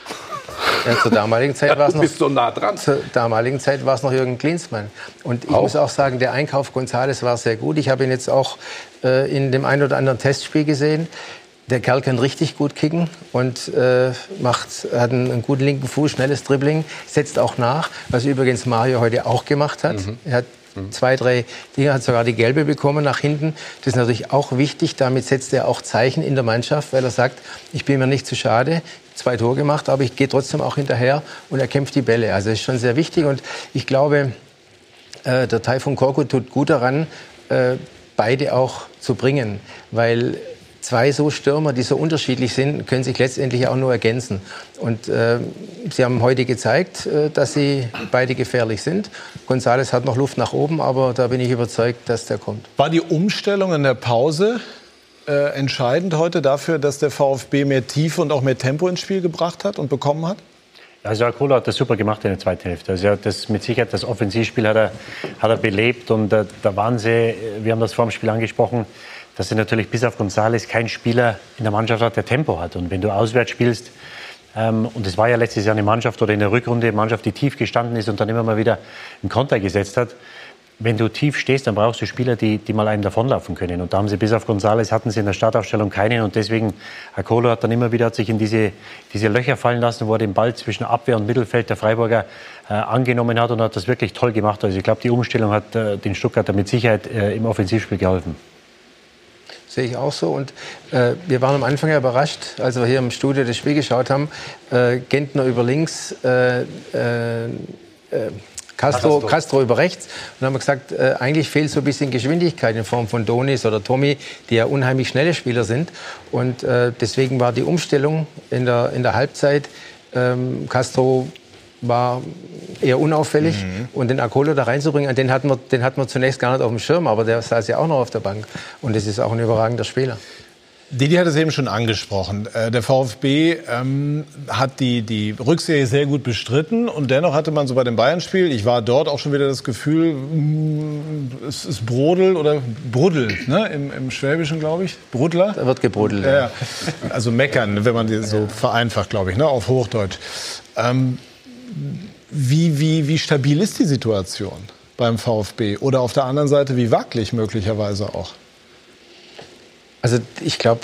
Ja, zur damaligen Zeit war es noch, bist so nah dran. Zur damaligen Zeit war es noch Jürgen Klinsmann. Und ich auch. muss auch sagen, der Einkauf González war sehr gut. Ich habe ihn jetzt auch äh, in dem einen oder anderen Testspiel gesehen. Der Kerl kann richtig gut kicken und äh, macht, hat einen, einen guten linken Fuß, schnelles Dribbling, setzt auch nach, was übrigens Mario heute auch gemacht hat. Mhm. Er hat zwei, drei Dinge, hat sogar die gelbe bekommen nach hinten. Das ist natürlich auch wichtig. Damit setzt er auch Zeichen in der Mannschaft, weil er sagt, ich bin mir nicht zu schade, zwei Tore gemacht, aber ich gehe trotzdem auch hinterher und er kämpft die Bälle. Also das ist schon sehr wichtig und ich glaube, äh, der Tayfun Korkut tut gut daran, äh, beide auch zu bringen, weil zwei so Stürmer, die so unterschiedlich sind, können sich letztendlich auch nur ergänzen. Und äh, sie haben heute gezeigt, äh, dass sie beide gefährlich sind. González hat noch Luft nach oben, aber da bin ich überzeugt, dass der kommt. War die Umstellung in der Pause äh, entscheidend heute dafür, dass der VfB mehr Tiefe und auch mehr Tempo ins Spiel gebracht hat und bekommen hat? Also Akolo hat das super gemacht in der zweiten Hälfte. Also er hat das mit Sicherheit, das Offensivspiel hat er, hat er belebt. Und äh, da waren sie, wir haben das vor dem Spiel angesprochen, dass er natürlich bis auf González kein Spieler in der Mannschaft hat, der Tempo hat. Und wenn du auswärts spielst, ähm, und es war ja letztes Jahr eine Mannschaft oder in der Rückrunde eine Mannschaft, die tief gestanden ist und dann immer mal wieder einen Konter gesetzt hat, wenn du tief stehst, dann brauchst du Spieler, die, die mal einem davonlaufen können. Und da haben sie bis auf González hatten sie in der Startaufstellung keinen. Und deswegen, Akolo hat dann immer wieder hat sich in diese, diese Löcher fallen lassen, wo er den Ball zwischen Abwehr und Mittelfeld der Freiburger äh, angenommen hat und hat das wirklich toll gemacht. Also ich glaube, die Umstellung hat äh, den Stuttgarter mit Sicherheit äh, im Offensivspiel geholfen. Sehe ich auch so. Und äh, wir waren am Anfang ja überrascht, als wir hier im Studio das Spiel geschaut haben. Äh, Gentner über links, äh, äh, Castro, Castro über rechts. Und dann haben wir gesagt, äh, eigentlich fehlt so ein bisschen Geschwindigkeit in Form von Donis oder Tommy, die ja unheimlich schnelle Spieler sind. Und äh, deswegen war die Umstellung in der, in der Halbzeit, ähm, Castro war eher unauffällig. Mhm. Und den Akolo da reinzubringen, den hatten, wir, den hatten wir zunächst gar nicht auf dem Schirm, aber der saß ja auch noch auf der Bank. Und das ist auch ein überragender Spieler. Didi hat es eben schon angesprochen. Der VfB ähm, hat die, die Rückserie sehr gut bestritten. Und dennoch hatte man so bei dem Bayern-Spiel, ich war dort auch schon wieder das Gefühl, mh, es ist Brodel oder Bruddel, ne? Im, im Schwäbischen, glaube ich. Brudler. Da wird gebruddelt. Ja, also meckern, wenn man die so vereinfacht, glaube ich, ne? Auf Hochdeutsch. Ähm, wie, wie, wie stabil ist die Situation beim VfB? Oder auf der anderen Seite, wie wackelig möglicherweise auch? Also ich glaube,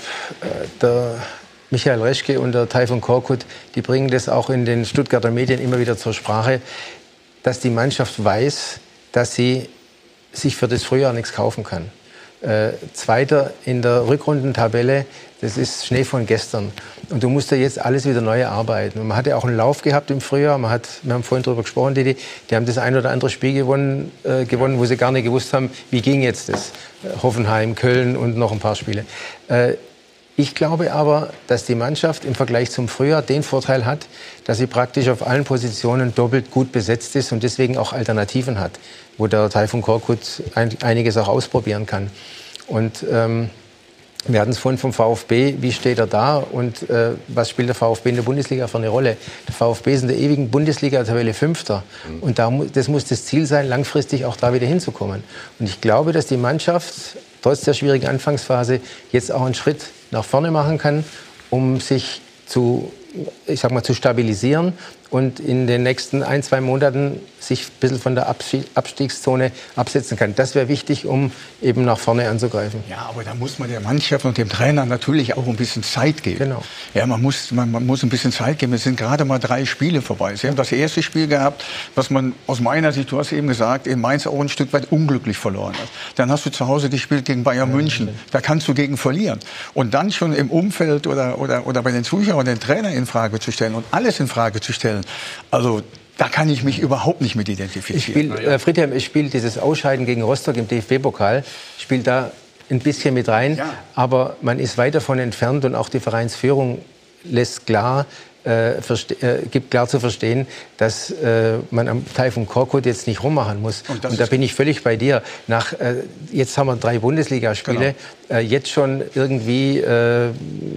der Michael Reschke und der Tayfun Korkut, die bringen das auch in den Stuttgarter Medien immer wieder zur Sprache, dass die Mannschaft weiß, dass sie sich für das Frühjahr nichts kaufen kann. Äh, Zweiter in der Rückrundentabelle, das ist Schnee von gestern. Und du musst ja jetzt alles wieder neu erarbeiten. Und man hat ja auch einen Lauf gehabt im Frühjahr. Man hat, wir haben vorhin darüber gesprochen, Didi, die haben das ein oder andere Spiel gewonnen, äh, gewonnen, wo sie gar nicht gewusst haben, wie ging jetzt das. Hoffenheim, Köln und noch ein paar Spiele. Äh, ich glaube aber, dass die Mannschaft im Vergleich zum Frühjahr den Vorteil hat, dass sie praktisch auf allen Positionen doppelt gut besetzt ist und deswegen auch Alternativen hat, wo der Tayfun Korkut ein, einiges auch ausprobieren kann. Und ähm, wir hatten es vorhin vom VfB, wie steht er da und äh, was spielt der VfB in der Bundesliga für eine Rolle? Der VfB ist in der ewigen Bundesliga-Tabelle Fünfter. Mhm. Und da, das muss das Ziel sein, langfristig auch da wieder hinzukommen. Und ich glaube, dass die Mannschaft trotz der schwierigen Anfangsphase jetzt auch einen Schritt nach vorne machen kann, um sich zu, ich sag mal, zu stabilisieren und in den nächsten ein, zwei Monaten sich ein bisschen von der Abstiegszone absetzen kann. Das wäre wichtig, um eben nach vorne anzugreifen. Ja, aber da muss man der Mannschaft und dem Trainer natürlich auch ein bisschen Zeit geben. Genau. Ja, man muss, man, man muss ein bisschen Zeit geben. Es sind gerade mal drei Spiele vorbei. Sie haben das erste Spiel gehabt, was man aus meiner Sicht, du hast eben gesagt, in Mainz auch ein Stück weit unglücklich verloren hat. Dann hast du zu Hause gespielt gegen Bayern München. Da kannst du gegen verlieren. Und dann schon im Umfeld oder, oder, oder bei den Zuschauern den Trainer in Frage zu stellen und alles in Frage zu stellen. Also da kann ich mich überhaupt nicht mit identifizieren. Ich spiel, äh, Friedhelm, ich spiele dieses Ausscheiden gegen Rostock im D F B-Pokal, spielt da ein bisschen mit rein, ja. Aber man ist weit davon entfernt und auch die Vereinsführung lässt klar, äh, äh, gibt klar zu verstehen, dass äh, man am Tayfun Korkut jetzt nicht rummachen muss. Und, und da bin ich völlig bei dir. Nach, äh, jetzt haben wir drei Bundesligaspiele, genau. äh, jetzt schon irgendwie äh,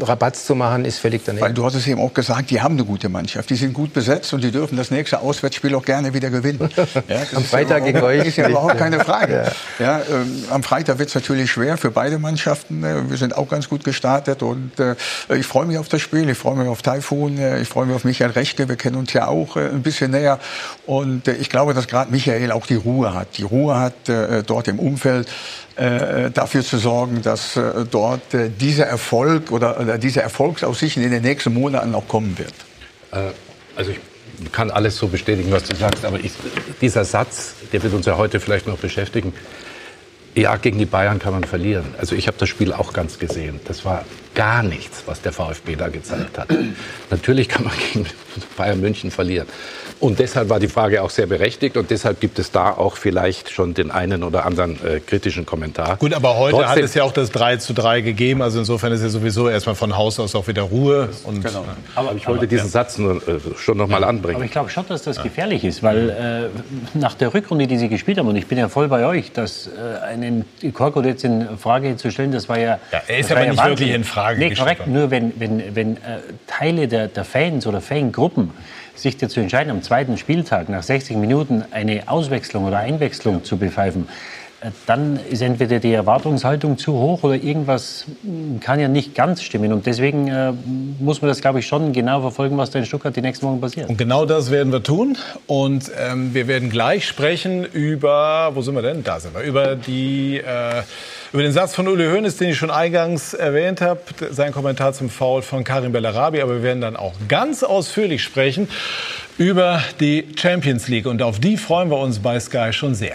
Rabatz zu machen, ist völlig daneben. Weil du hast es eben auch gesagt, die haben eine gute Mannschaft. Die sind gut besetzt und die dürfen das nächste Auswärtsspiel auch gerne wieder gewinnen. Ja, am Freitag gegen euch. Das ist ja überhaupt keine Frage. Ja. Ja, ähm, am Freitag wird es natürlich schwer für beide Mannschaften. Wir sind auch ganz gut gestartet und äh, ich freue mich auf das Spiel. Ich freue mich auf Taifun. Ich freue mich auf Michael Rechke. Wir kennen uns ja auch äh, ein bisschen näher. Und äh, ich glaube, dass gerade Michael auch die Ruhe hat. Die Ruhe hat äh, dort im Umfeld äh, dafür zu sorgen, dass äh, dort äh, dieser Erfolg oder, oder diese Erfolgsaussichten in den nächsten Monaten auch kommen wird. Äh, also ich kann alles so bestätigen, was du sagst, aber ich, dieser Satz, der wird uns ja heute vielleicht noch beschäftigen. Ja, gegen die Bayern kann man verlieren. Also ich habe das Spiel auch ganz gesehen. Das war gar nichts, was der VfB da gezeigt hat. Natürlich kann man gegen Bayern München verlieren. Und deshalb war die Frage auch sehr berechtigt und deshalb gibt es da auch vielleicht schon den einen oder anderen äh, kritischen Kommentar. Gut, aber heute Trotzdem, hat es ja auch das drei zu drei gegeben, also insofern ist ja sowieso erstmal von Haus aus auch wieder Ruhe. Und, genau. Aber ich wollte aber, diesen ja. Satz nur, äh, schon noch mal anbringen. Aber ich glaube schon, dass das ja. gefährlich ist, weil äh, nach der Rückrunde, die Sie gespielt haben, und ich bin ja voll bei euch, dass äh, einen Korkut jetzt in Frage zu stellen, das war ja... ja er ist aber nicht Wahnsinn. Wirklich in Frage nee, korrekt, nur wenn, wenn, wenn äh, Teile der, der Fans oder Fangruppen sich dazu entscheiden, am zweiten Spieltag nach sechzig Minuten eine Auswechslung oder Einwechslung zu bepfeifen, dann ist entweder die Erwartungshaltung zu hoch oder irgendwas kann ja nicht ganz stimmen. Und deswegen äh, muss man das, glaube ich, schon genau verfolgen, was da in Stuttgart die nächsten Wochen passiert. Und genau das werden wir tun. Und ähm, wir werden gleich sprechen über, wo sind wir denn? Da sind wir, über die... Äh, Über den Satz von Uli Hoeneß, den ich schon eingangs erwähnt habe, sein Kommentar zum Foul von Karim Bellarabi. Aber wir werden dann auch ganz ausführlich sprechen über die Champions League. Und auf die freuen wir uns bei Sky schon sehr.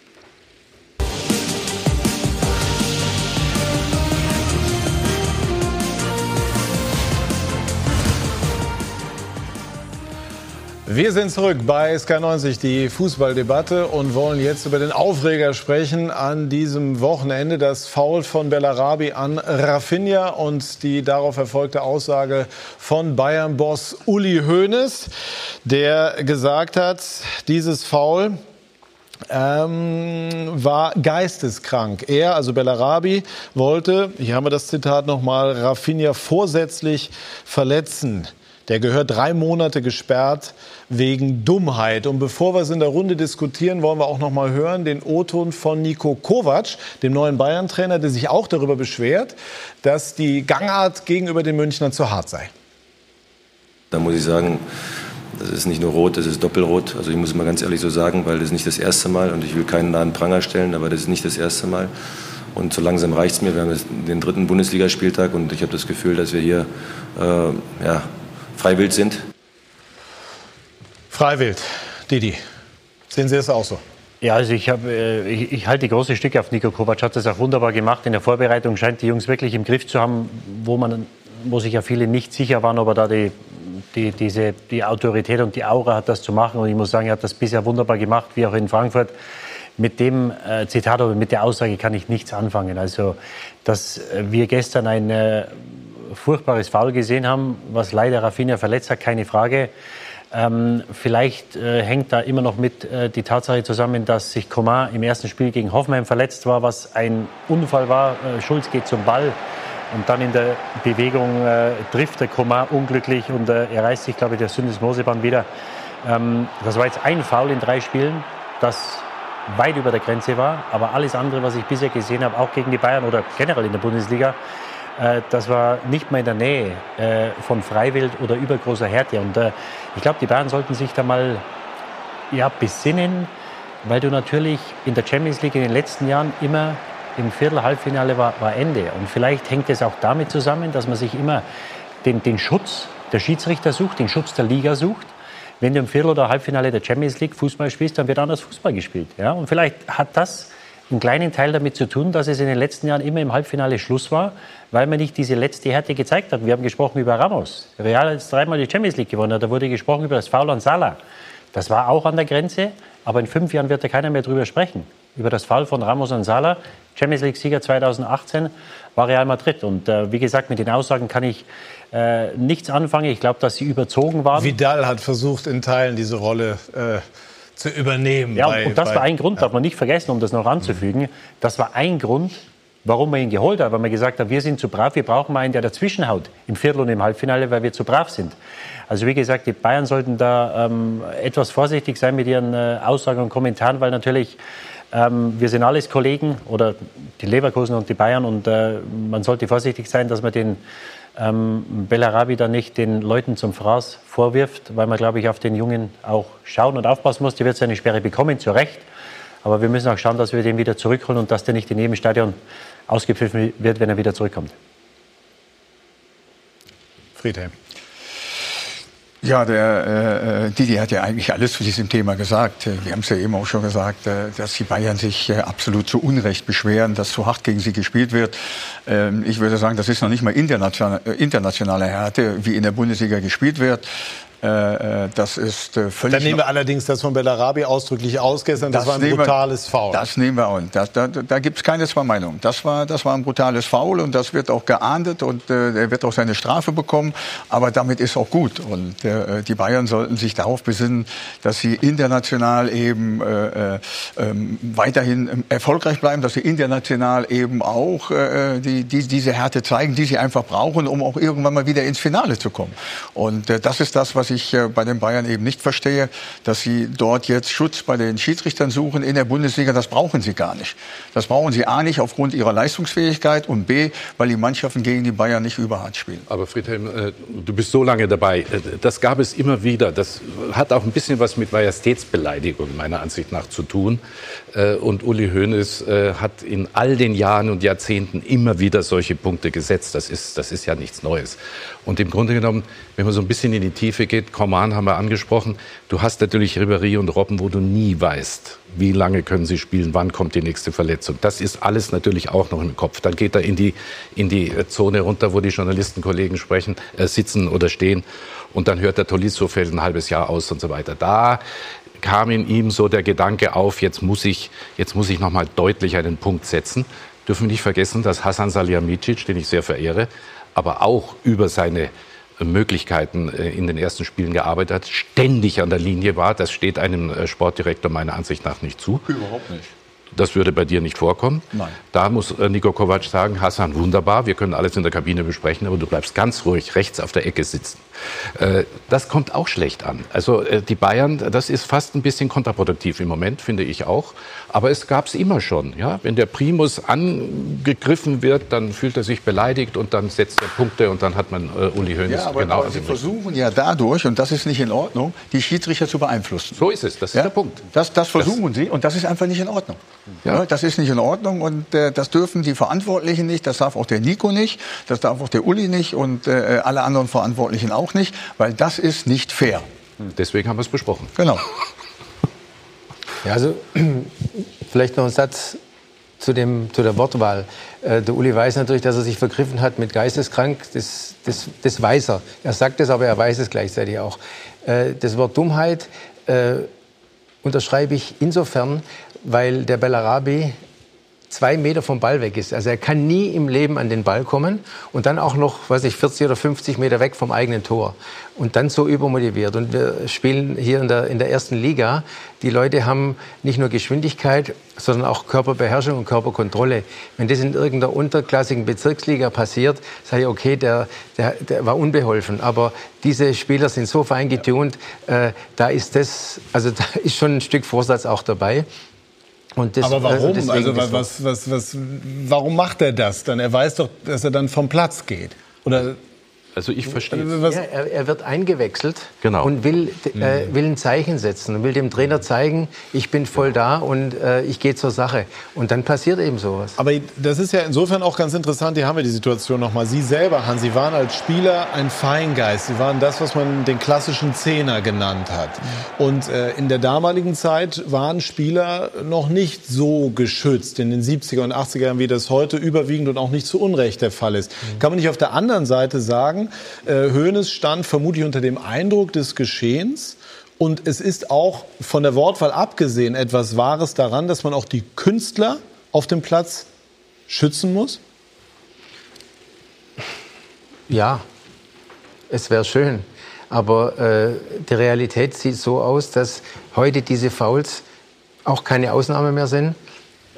Wir sind zurück bei Sky neunzig, die Fußballdebatte, und wollen jetzt über den Aufreger sprechen an diesem Wochenende. Das Foul von Bellarabi an Rafinha und die darauf erfolgte Aussage von Bayern-Boss Uli Hoeneß, der gesagt hat, dieses Foul Ähm, war geisteskrank. Er, also Bellarabi, wollte, hier haben wir das Zitat nochmal, Rafinha vorsätzlich verletzen. Der gehört drei Monate gesperrt wegen Dummheit. Und bevor wir es in der Runde diskutieren, wollen wir auch noch mal hören den O-Ton von Niko Kovac, dem neuen Bayern-Trainer, der sich auch darüber beschwert, dass die Gangart gegenüber den Münchnern zu hart sei. Da muss ich sagen, das ist nicht nur rot, das ist doppelrot. Also ich muss es mal ganz ehrlich so sagen, weil das ist nicht das erste Mal. Und ich will keinen nahen Pranger stellen, aber das ist nicht das erste Mal. Und so langsam reicht es mir. Wir haben jetzt den dritten Bundesligaspieltag und ich habe das Gefühl, dass wir hier äh, ja, freiwillig sind. Freiwild. Didi, sehen Sie es auch so? Ja, also ich, hab, ich, ich halte große Stücke auf Niko Kovac, hat das auch wunderbar gemacht. In der Vorbereitung scheint die Jungs wirklich im Griff zu haben, wo, man, wo sich ja viele nicht sicher waren, ob er da die, die, diese, die Autorität und die Aura hat, das zu machen. Und ich muss sagen, er hat das bisher wunderbar gemacht, wie auch in Frankfurt. Mit dem äh, Zitat oder mit der Aussage kann ich nichts anfangen. Also, dass wir gestern ein äh, furchtbares Foul gesehen haben, was leider Rafinha verletzt hat, keine Frage. Ähm, vielleicht äh, hängt da immer noch mit äh, die Tatsache zusammen, dass sich Coman im ersten Spiel gegen Hoffenheim verletzt war, was ein Unfall war. Äh, Schulz geht zum Ball und dann in der Bewegung äh, trifft der Coman unglücklich und äh, er reißt sich, glaube ich, der Syndesmoseband wieder. Ähm, das war jetzt ein Foul in drei Spielen, das weit über der Grenze war. Aber alles andere, was ich bisher gesehen habe, auch gegen die Bayern oder generell in der Bundesliga, das war nicht mal in der Nähe äh, von Freiwild oder übergroßer Härte. Und äh, ich glaube, die Bayern sollten sich da mal ja, besinnen, weil du natürlich in der Champions League in den letzten Jahren immer im Viertel-, Halbfinale war, war Ende. Und vielleicht hängt es auch damit zusammen, dass man sich immer den, den Schutz der Schiedsrichter sucht, den Schutz der Liga sucht. Wenn du im Viertel- oder Halbfinale der Champions League Fußball spielst, dann wird anders Fußball gespielt. Ja? Und vielleicht hat das einen kleinen Teil damit zu tun, dass es in den letzten Jahren immer im Halbfinale Schluss war, weil man nicht diese letzte Härte gezeigt hat. Wir haben gesprochen über Ramos. Real hat jetzt dreimal die Champions League gewonnen. Da wurde gesprochen über das Foul an Salah. Das war auch an der Grenze, aber in fünf Jahren wird da keiner mehr drüber sprechen. Über das Foul von Ramos an Salah. Champions League-Sieger zweitausendachtzehn war Real Madrid. Und äh, wie gesagt, mit den Aussagen kann ich äh, nichts anfangen. Ich glaube, dass sie überzogen waren. Vidal hat versucht, in Teilen diese Rolle äh zu übernehmen. Ja, bei, und das bei, war ein Grund, ja. darf man nicht vergessen, um das noch anzufügen. Das war ein Grund, warum man ihn geholt hat, weil man gesagt hat, wir sind zu brav, wir brauchen mal einen, der dazwischen haut, im Viertel und im Halbfinale, weil wir zu brav sind. Also wie gesagt, die Bayern sollten da ähm, etwas vorsichtig sein mit ihren äh, Aussagen und Kommentaren, weil natürlich ähm, wir sind alles Kollegen, oder die Leverkusen und die Bayern, und äh, man sollte vorsichtig sein, dass man den ähm, Bellarabi da nicht den Leuten zum Fraß vorwirft, weil man, glaube ich, auf den Jungen auch schauen und aufpassen muss. Der wird seine Sperre bekommen, zu Recht. Aber wir müssen auch schauen, dass wir den wieder zurückholen und dass der nicht in jedem Stadion ausgepfiffen wird, wenn er wieder zurückkommt. Friedhelm. Ja, der äh, Didi hat ja eigentlich alles zu diesem Thema gesagt. Wir haben es ja eben auch schon gesagt, äh, dass die Bayern sich äh, absolut zu Unrecht beschweren, dass zu hart gegen sie gespielt wird. Ähm, ich würde sagen, das ist noch nicht mal international, äh, internationale Härte, wie in der Bundesliga gespielt wird. Äh, das ist äh, völlig. Dann nehmen wir allerdings das von Bellarabi ausdrücklich aus gestern. Das, das war ein brutales wir, Foul. Das nehmen wir auch. Das, da da gibt es keine zwei Meinungen. Das war, das war ein brutales Foul und das wird auch geahndet und äh, er wird auch seine Strafe bekommen. Aber damit ist auch gut. Und äh, die Bayern sollten sich darauf besinnen, dass sie international eben äh, äh, weiterhin erfolgreich bleiben, dass sie international eben auch äh, die, die, diese Härte zeigen, die sie einfach brauchen, um auch irgendwann mal wieder ins Finale zu kommen. Und äh, das ist das, was ich äh, bei den Bayern eben nicht verstehe, dass sie dort jetzt Schutz bei den Schiedsrichtern suchen in der Bundesliga. Das brauchen sie gar nicht. Das brauchen sie A nicht aufgrund ihrer Leistungsfähigkeit und B, weil die Mannschaften gegen die Bayern nicht überhart spielen. Aber Friedhelm, äh, du bist so lange dabei. Das gab es immer wieder. Das hat auch ein bisschen was mit Majestätsbeleidigung meiner Ansicht nach zu tun. Äh, und Uli Hoeneß äh, hat in all den Jahren und Jahrzehnten immer wieder solche Punkte gesetzt. Das ist, das ist ja nichts Neues. Und im Grunde genommen, wenn man so ein bisschen in die Tiefe geht, Coman haben wir angesprochen, du hast natürlich Ribéry und Robben, wo du nie weißt, wie lange können sie spielen, wann kommt die nächste Verletzung. Das ist alles natürlich auch noch im Kopf. Dann geht er in die, in die Zone runter, wo die Journalistenkollegen sprechen, äh, sitzen oder stehen. Und dann hört der Tolisso, fällt ein halbes Jahr aus und so weiter. Da kam in ihm so der Gedanke auf, jetzt muss ich, jetzt muss ich noch mal deutlich einen Punkt setzen. Dürfen wir nicht vergessen, dass Hasan Salihamidzic, den ich sehr verehre, aber auch über seine Möglichkeiten in den ersten Spielen gearbeitet hat, ständig an der Linie war. Das steht einem Sportdirektor meiner Ansicht nach nicht zu. Überhaupt nicht. Das würde bei dir nicht vorkommen. Nein. Da muss Niko Kovac sagen, Hasan, wunderbar, wir können alles in der Kabine besprechen, aber du bleibst ganz ruhig rechts auf der Ecke sitzen. Das kommt auch schlecht an. Also die Bayern, das ist fast ein bisschen kontraproduktiv im Moment, finde ich auch. Aber es gab es immer schon. Ja? Wenn der Primus angegriffen wird, dann fühlt er sich beleidigt und dann setzt er Punkte und dann hat man äh, Uli Hoeneß. Ja, aber, genau aber Sie versuchen ja dadurch, und das ist nicht in Ordnung, die Schiedsrichter zu beeinflussen. So ist es, das ist ja? der Punkt. Das, das versuchen das, Sie und das ist einfach nicht in Ordnung. Ja. Ja, das ist nicht in Ordnung und äh, das dürfen die Verantwortlichen nicht, das darf auch der Nico nicht, das darf auch der Uli nicht und äh, alle anderen Verantwortlichen auch nicht, weil das ist nicht fair. Deswegen haben wir es besprochen. Genau. Ja, also vielleicht noch ein Satz zu, dem, zu der Wortwahl. Äh, der Uli weiß natürlich, dass er sich vergriffen hat mit geisteskrank. Das, das, das weiß er. Er sagt es, aber er weiß es gleichzeitig auch. Äh, das Wort Dummheit äh, unterschreibe ich insofern, weil der Bellarabi zwei Meter vom Ball weg ist. Also er kann nie im Leben an den Ball kommen und dann auch noch, weiß ich, vierzig oder fünfzig Meter weg vom eigenen Tor. Und dann so übermotiviert. Und wir spielen hier in der, in der ersten Liga. Die Leute haben nicht nur Geschwindigkeit, sondern auch Körperbeherrschung und Körperkontrolle. Wenn das in irgendeiner unterklassigen Bezirksliga passiert, sage ich, okay, der, der, der war unbeholfen. Aber diese Spieler sind so fein getunt, äh, da ist das, also da ist schon ein Stück Vorsatz auch dabei. Und das, aber warum? Also, also was, was, was, warum macht er das dann? Er weiß doch, dass er dann vom Platz geht. Oder Also ich verstehe. Ja, er, er wird eingewechselt genau. und will, äh, will ein Zeichen setzen und will dem Trainer zeigen, ich bin voll da und äh, ich gehe zur Sache. Und dann passiert eben sowas. Aber das ist ja insofern auch ganz interessant. Hier haben wir die Situation nochmal. Sie selber, Hans, Sie waren als Spieler ein Feingeist. Sie waren das, was man den klassischen Zehner genannt hat. Und äh, in der damaligen Zeit waren Spieler noch nicht so geschützt in den siebziger und achtziger Jahren, wie das heute überwiegend und auch nicht zu Unrecht der Fall ist. Mhm. Kann man nicht auf der anderen Seite sagen, Äh, Hoeneß stand vermutlich unter dem Eindruck des Geschehens. Und es ist auch von der Wortwahl abgesehen etwas Wahres daran, dass man auch die Künstler auf dem Platz schützen muss? Ja, es wäre schön. Aber äh, die Realität sieht so aus, dass heute diese Fouls auch keine Ausnahme mehr sind.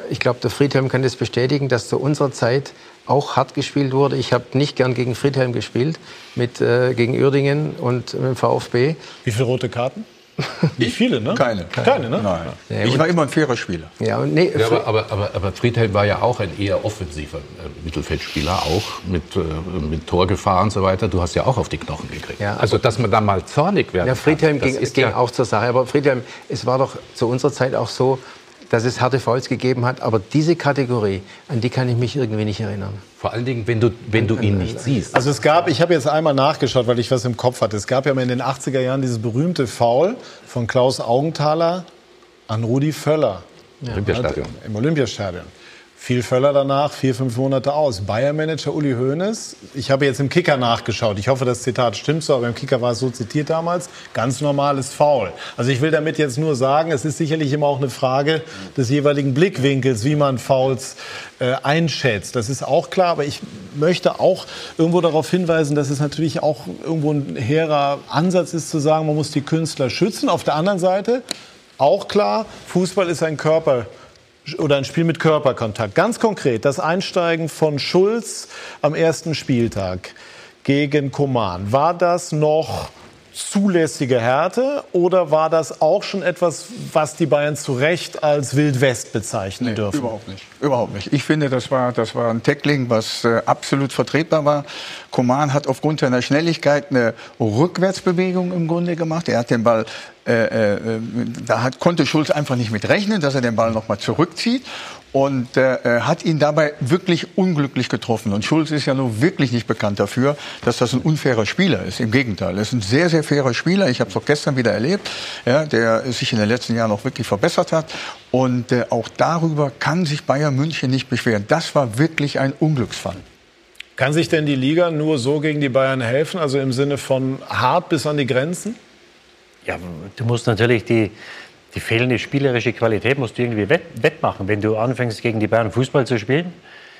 ich glaube, der Friedhelm kann das bestätigen, dass zu unserer Zeit auch hart gespielt wurde. Ich habe nicht gern gegen Friedhelm gespielt, mit, äh, gegen Uerdingen und mit dem VfB. Wie viele rote Karten? Nicht viele, ne? Keine. Keine, ne? Nein. Ja, ich war immer ein fairer Spieler. Ja, und nee, ja, aber, aber, aber, aber Friedhelm war ja auch ein eher offensiver äh, Mittelfeldspieler, auch mit, äh, mit Torgefahr und so weiter. Du hast ja auch auf die Knochen gekriegt. Ja, also, dass man da mal zornig werden ja, Friedhelm kann. ging, es ging ja auch zur Sache. Aber Friedhelm, es war doch zu unserer Zeit auch so, dass es harte Fouls gegeben hat. Aber diese Kategorie, an die kann ich mich irgendwie nicht erinnern. Vor allen Dingen, wenn du, wenn du ihn nicht siehst. Also es gab, ich habe jetzt einmal nachgeschaut, weil ich was im Kopf hatte. Es gab ja mal in den achtziger Jahren dieses berühmte Foul von Klaus Augenthaler an Rudi Völler. Ja. Olympiastadion. Im Olympiastadion. Fiel Völler danach vier, fünf Monate aus. Bayern-Manager Uli Hoeneß, ich habe jetzt im Kicker nachgeschaut. Ich hoffe, das Zitat stimmt so, aber im Kicker war es so zitiert damals. Ganz normales Foul. Also ich will damit jetzt nur sagen, es ist sicherlich immer auch eine Frage des jeweiligen Blickwinkels, wie man Fouls äh, einschätzt. Das ist auch klar, aber ich möchte auch irgendwo darauf hinweisen, dass es natürlich auch irgendwo ein hehrer Ansatz ist, zu sagen, man muss die Künstler schützen. Auf der anderen Seite auch klar, Fußball ist ein Körper oder ein Spiel mit Körperkontakt. Ganz konkret, das Einsteigen von Schulz am ersten Spieltag gegen Coman. War das noch zulässige Härte oder war das auch schon etwas, was die Bayern zu Recht als Wildwest bezeichnen nee, dürfen? Überhaupt nicht. Überhaupt nicht. Ich finde, das war, das war ein Tackling, was äh, absolut vertretbar war. Coman hat aufgrund seiner Schnelligkeit eine Rückwärtsbewegung im Grunde gemacht. Er hat den Ball, äh, äh, da hat, konnte Schulz einfach nicht mit rechnen, dass er den Ball noch mal zurückzieht. Und äh, hat ihn dabei wirklich unglücklich getroffen. Und Schulz ist ja nun wirklich nicht bekannt dafür, dass das ein unfairer Spieler ist. Im Gegenteil, er ist ein sehr, sehr fairer Spieler. Ich habe es auch gestern wieder erlebt, ja, der sich in den letzten Jahren auch wirklich verbessert hat. Und äh, auch darüber kann sich Bayern München nicht beschweren. Das war wirklich ein Unglücksfall. Kann sich denn die Liga nur so gegen die Bayern helfen, also im Sinne von hart bis an die Grenzen? Ja, du musst natürlich die... Die fehlende spielerische Qualität musst du irgendwie wett, wettmachen. Wenn du anfängst, gegen die Bayern Fußball zu spielen,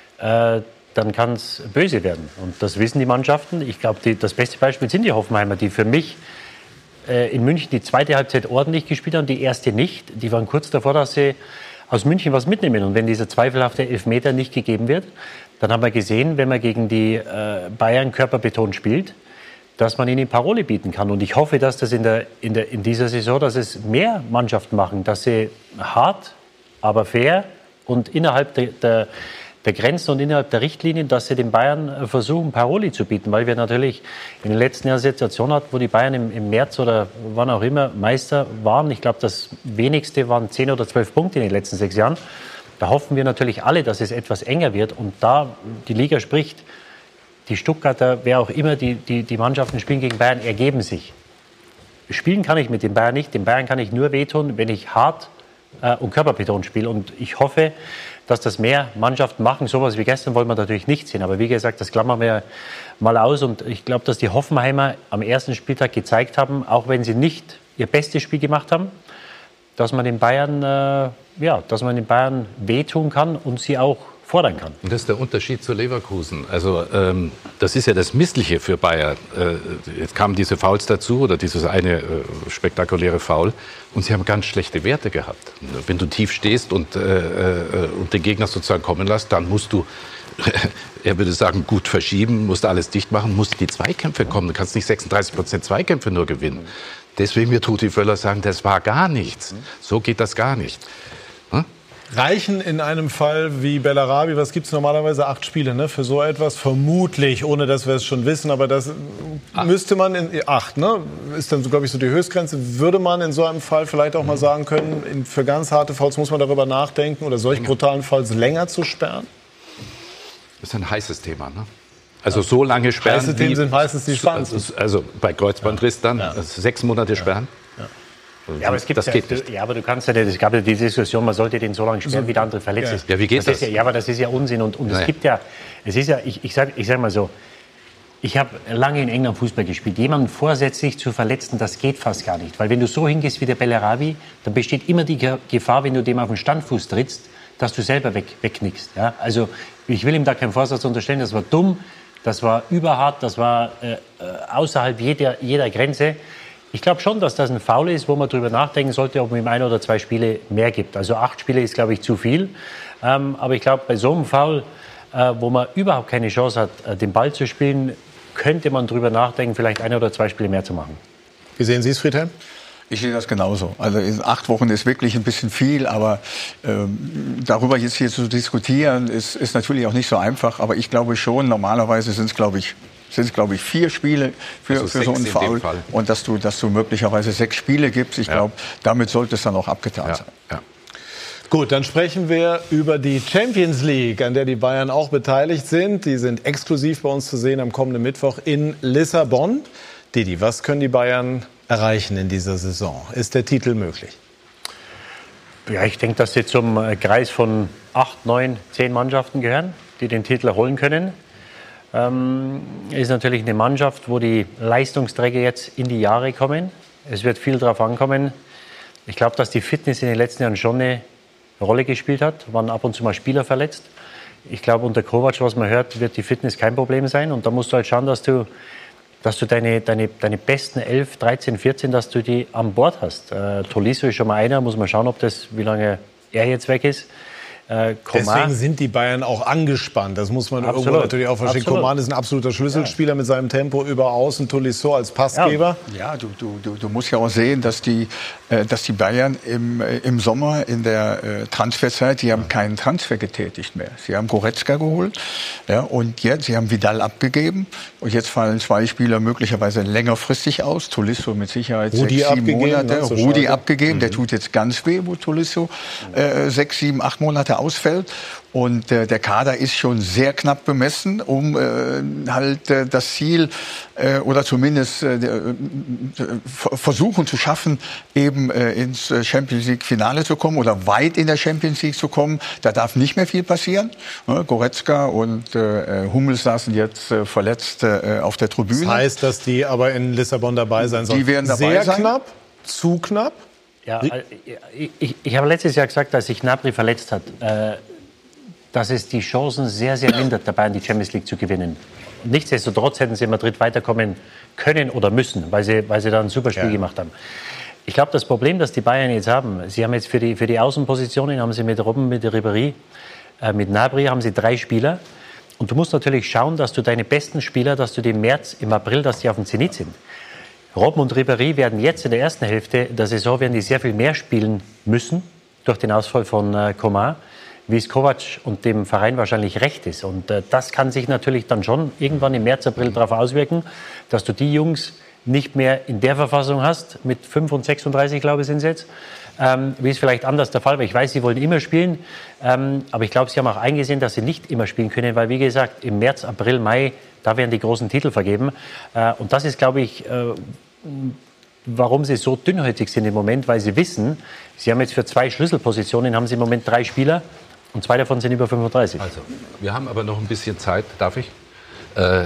äh, dann kann es böse werden. Und das wissen die Mannschaften. Ich glaube, das beste Beispiel sind die Hoffenheimer, die für mich äh, in München die zweite Halbzeit ordentlich gespielt haben, die erste nicht. Die waren kurz davor, dass sie aus München was mitnehmen. Und wenn dieser zweifelhafte Elfmeter nicht gegeben wird, dann haben wir gesehen, wenn man gegen die äh, Bayern körperbetont spielt, dass man ihnen Parole bieten kann. Und ich hoffe, dass das in, der, in, der, in dieser Saison, dass es mehr Mannschaften machen, dass sie hart, aber fair und innerhalb der, der, der Grenzen und innerhalb der Richtlinien, dass sie den Bayern versuchen, Parole zu bieten. Weil wir natürlich in den letzten Jahren Situationen hatten, wo die Bayern im, im März oder wann auch immer Meister waren. Ich glaube, das wenigste waren zehn oder zwölf Punkte in den letzten sechs Jahren. Da hoffen wir natürlich alle, dass es etwas enger wird. Und da die Liga spricht, die Stuttgarter, wer auch immer, die, die, die Mannschaften spielen gegen Bayern, ergeben sich. Spielen kann ich mit den Bayern nicht. Den Bayern kann ich nur wehtun, wenn ich hart äh, und körperbetont spiele. Und ich hoffe, dass das mehr Mannschaften machen. Sowas wie gestern wollen wir natürlich nicht sehen. Aber wie gesagt, das klammern wir mal aus. Und ich glaube, dass die Hoffenheimer am ersten Spieltag gezeigt haben, auch wenn sie nicht ihr bestes Spiel gemacht haben, dass man den Bayern, äh, ja, dass man den Bayern wehtun kann und sie auch fordern kann. Und das ist der Unterschied zu Leverkusen. Also ähm, das ist ja das Missliche für Bayern. Äh, jetzt kamen diese Fouls dazu oder dieses eine äh, spektakuläre Foul und sie haben ganz schlechte Werte gehabt. Wenn du tief stehst und, äh, äh, und den Gegner sozusagen kommen lässt, dann musst du, er würde sagen, gut verschieben, musst alles dicht machen, musst die Zweikämpfe kommen. Du kannst nicht sechsunddreißig Prozent Zweikämpfe nur gewinnen. Deswegen wird Rudi Völler sagen, das war gar nichts. So geht das gar nicht. Hm? Reichen in einem Fall wie Bellarabi, was gibt es normalerweise, acht Spiele, ne? Für so etwas vermutlich, ohne dass wir es schon wissen, aber das acht. müsste man in acht, ne? Ist dann, so, glaube ich, so die Höchstgrenze. Würde man in so einem Fall vielleicht auch mal sagen können, in, für ganz harte Fouls muss man darüber nachdenken oder solch brutalen Falls länger zu sperren? Das ist ein heißes Thema, ne? Also so lange sperren. Heiße Themen sind meistens die spannendsten. Also bei Kreuzbandriss dann ja. sechs Monate sperren. Ja. Ja, aber es gibt das ja, geht nicht. Ja, aber du kannst ja, es gab ja die Diskussion, man sollte den so lange sperren, wie der andere verletzt ist. Ja, wie geht das? das? Ist ja, ja, aber das ist ja Unsinn. Und, und es Nein. gibt ja, es ist ja, ich, ich sage ich sag mal so, ich habe lange in England Fußball gespielt. Jemanden vorsätzlich zu verletzen, das geht fast gar nicht. Weil wenn du so hingehst wie der Bellarabi, dann besteht immer die Gefahr, wenn du dem auf den Standfuß trittst, dass du selber weg, wegknickst. Ja? Also ich will ihm da keinen Vorsatz unterstellen, das war dumm, das war überhart, das war äh, außerhalb jeder, jeder Grenze. Ich glaube schon, dass das ein Foul ist, wo man darüber nachdenken sollte, ob man ihm ein oder zwei Spiele mehr gibt. Also acht Spiele ist, glaube ich, zu viel. Ähm, aber ich glaube, bei so einem Foul, äh, wo man überhaupt keine Chance hat, äh, den Ball zu spielen, könnte man drüber nachdenken, vielleicht ein oder zwei Spiele mehr zu machen. Wie sehen Sie es, Friedhelm? Ich sehe das genauso. Also in acht Wochen ist wirklich ein bisschen viel, aber ähm, darüber jetzt hier zu diskutieren, ist, ist natürlich auch nicht so einfach. Aber ich glaube schon, normalerweise sind es, glaube ich, sind es, glaube ich, vier Spiele für, also für so einen Foul. Und dass du, dass du möglicherweise sechs Spiele gibst, ich ja. glaube, damit sollte es dann auch abgetan ja. sein. Ja. Gut, dann sprechen wir über die Champions League, an der die Bayern auch beteiligt sind. Die sind exklusiv bei uns zu sehen am kommenden Mittwoch in Lissabon. Didi, was können die Bayern erreichen in dieser Saison? Ist der Titel möglich? Ja, ich denke, dass sie zum Kreis von acht, neun, zehn Mannschaften gehören, die den Titel holen können. Ähm, ist natürlich eine Mannschaft, wo die Leistungsträger jetzt in die Jahre kommen. Es wird viel darauf ankommen. Ich glaube, dass die Fitness in den letzten Jahren schon eine Rolle gespielt hat. Waren ab und zu mal Spieler verletzt. Ich glaube, unter Kovac, was man hört, wird die Fitness kein Problem sein. Und da musst du halt schauen, dass du dass du deine, deine, deine besten elf, dreizehn, vierzehn, dass du die an Bord hast. Äh, Tolisso ist schon mal einer, muss man schauen, ob das, wie lange er jetzt weg ist. Äh, Deswegen sind die Bayern auch angespannt. Das muss man Absolut. irgendwo natürlich auch verstehen. Absolut. Coman ist ein absoluter Schlüsselspieler ja. mit seinem Tempo über außen. Tolisso als Passgeber. Ja, ja du, du, du, du musst ja auch sehen, dass die, äh, dass die Bayern im, äh, im Sommer in der äh, Transferzeit, die haben keinen Transfer getätigt mehr. Sie haben Goretzka geholt ja, und jetzt, sie haben Vidal abgegeben. Und jetzt fallen zwei Spieler möglicherweise längerfristig aus. Tolisso mit Sicherheit Rudi sechs, sieben Monate. Ne, Rudi abgegeben, mhm. der tut jetzt ganz weh, wo Tolisso äh, sechs, sieben, acht Monate ausfällt. Und äh, der Kader ist schon sehr knapp bemessen, um äh, halt äh, das Ziel äh, oder zumindest äh, äh, versuchen zu schaffen, eben äh, ins Champions League Finale zu kommen oder weit in der Champions League zu kommen. Da darf nicht mehr viel passieren. Ja, Goretzka und äh, Hummels saßen jetzt äh, verletzt äh, auf der Tribüne. Das heißt, dass die aber in Lissabon dabei sein sollen. Die werden dabei sehr sein. Knapp, zu knapp. Ja, ich, ich, ich habe letztes Jahr gesagt, als sich Gnabry verletzt hat, äh, dass es die Chancen sehr, sehr mindert, dabei in die Champions League zu gewinnen. Nichtsdestotrotz hätten sie in Madrid weiterkommen können oder müssen, weil sie, weil sie da ein super Spiel ja. gemacht haben. Ich glaube, das Problem, das die Bayern jetzt haben, sie haben jetzt für die, für die Außenpositionen, haben sie mit Robben, mit Ribéry, äh, mit Gnabry haben sie drei Spieler. Und du musst natürlich schauen, dass du deine besten Spieler, dass du die im März, im April, dass die auf dem Zenit sind. Robben und Ribéry werden jetzt in der ersten Hälfte der Saison werden die sehr viel mehr spielen müssen, durch den Ausfall von äh, Coman, wie es Kovac und dem Verein wahrscheinlich recht ist. Und äh, das kann sich natürlich dann schon irgendwann im März, April darauf auswirken, dass du die Jungs nicht mehr in der Verfassung hast, mit fünf und sechsunddreißig, glaube ich, sind es jetzt, ähm, wie es vielleicht anders der Fall war. Ich weiß, sie wollen immer spielen, ähm, aber ich glaube, sie haben auch eingesehen, dass sie nicht immer spielen können, weil, wie gesagt, im März, April, Mai, da werden die großen Titel vergeben. Äh, und das ist, glaube ich, äh, warum sie so dünnhäutig sind im Moment, weil sie wissen, sie haben jetzt für zwei Schlüsselpositionen, haben sie im Moment drei Spieler und zwei davon sind über fünfunddreißig. Also, wir haben aber noch ein bisschen Zeit, darf ich? Äh,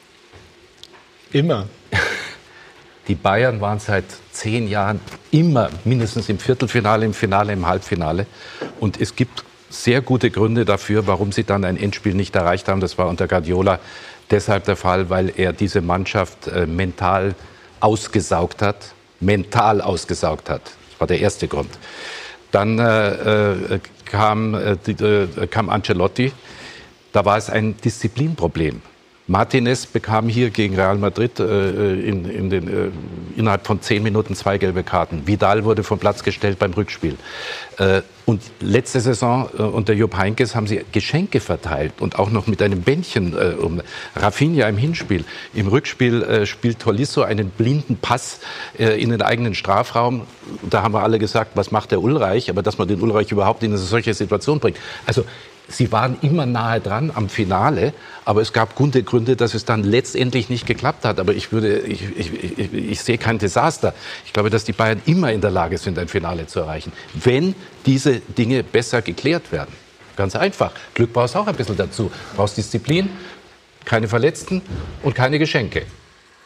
immer. Die Bayern waren seit zehn Jahren immer mindestens im Viertelfinale, im Finale, im Halbfinale. Und es gibt sehr gute Gründe dafür, warum sie dann ein Endspiel nicht erreicht haben. Das war unter Guardiola deshalb der Fall, weil er diese Mannschaft äh, mental ausgesaugt hat, mental ausgesaugt hat. Das war der erste Grund. Dann äh, äh, kam, äh, die, äh, kam Ancelotti. Da war es ein Disziplinproblem. Martinez bekam hier gegen Real Madrid äh, in, in den, äh, innerhalb von zehn Minuten zwei gelbe Karten. Vidal wurde vom Platz gestellt beim Rückspiel. Äh, und letzte Saison äh, unter Jupp Heynckes haben sie Geschenke verteilt und auch noch mit einem Bändchen äh, um Rafinha im Hinspiel. Im Rückspiel äh, spielt Tolisso einen blinden Pass äh, in den eigenen Strafraum. Da haben wir alle gesagt, was macht der Ulreich? Aber dass man den Ulreich überhaupt in eine solche Situation bringt. Also sie waren immer nahe dran am Finale, aber es gab gute Gründe, dass es dann letztendlich nicht geklappt hat. Aber ich, würde, ich, ich, ich, ich sehe kein Desaster. Ich glaube, dass die Bayern immer in der Lage sind, ein Finale zu erreichen, wenn diese Dinge besser geklärt werden. Ganz einfach. Glück brauchst du auch ein bisschen dazu. Du brauchst Disziplin, keine Verletzten und keine Geschenke.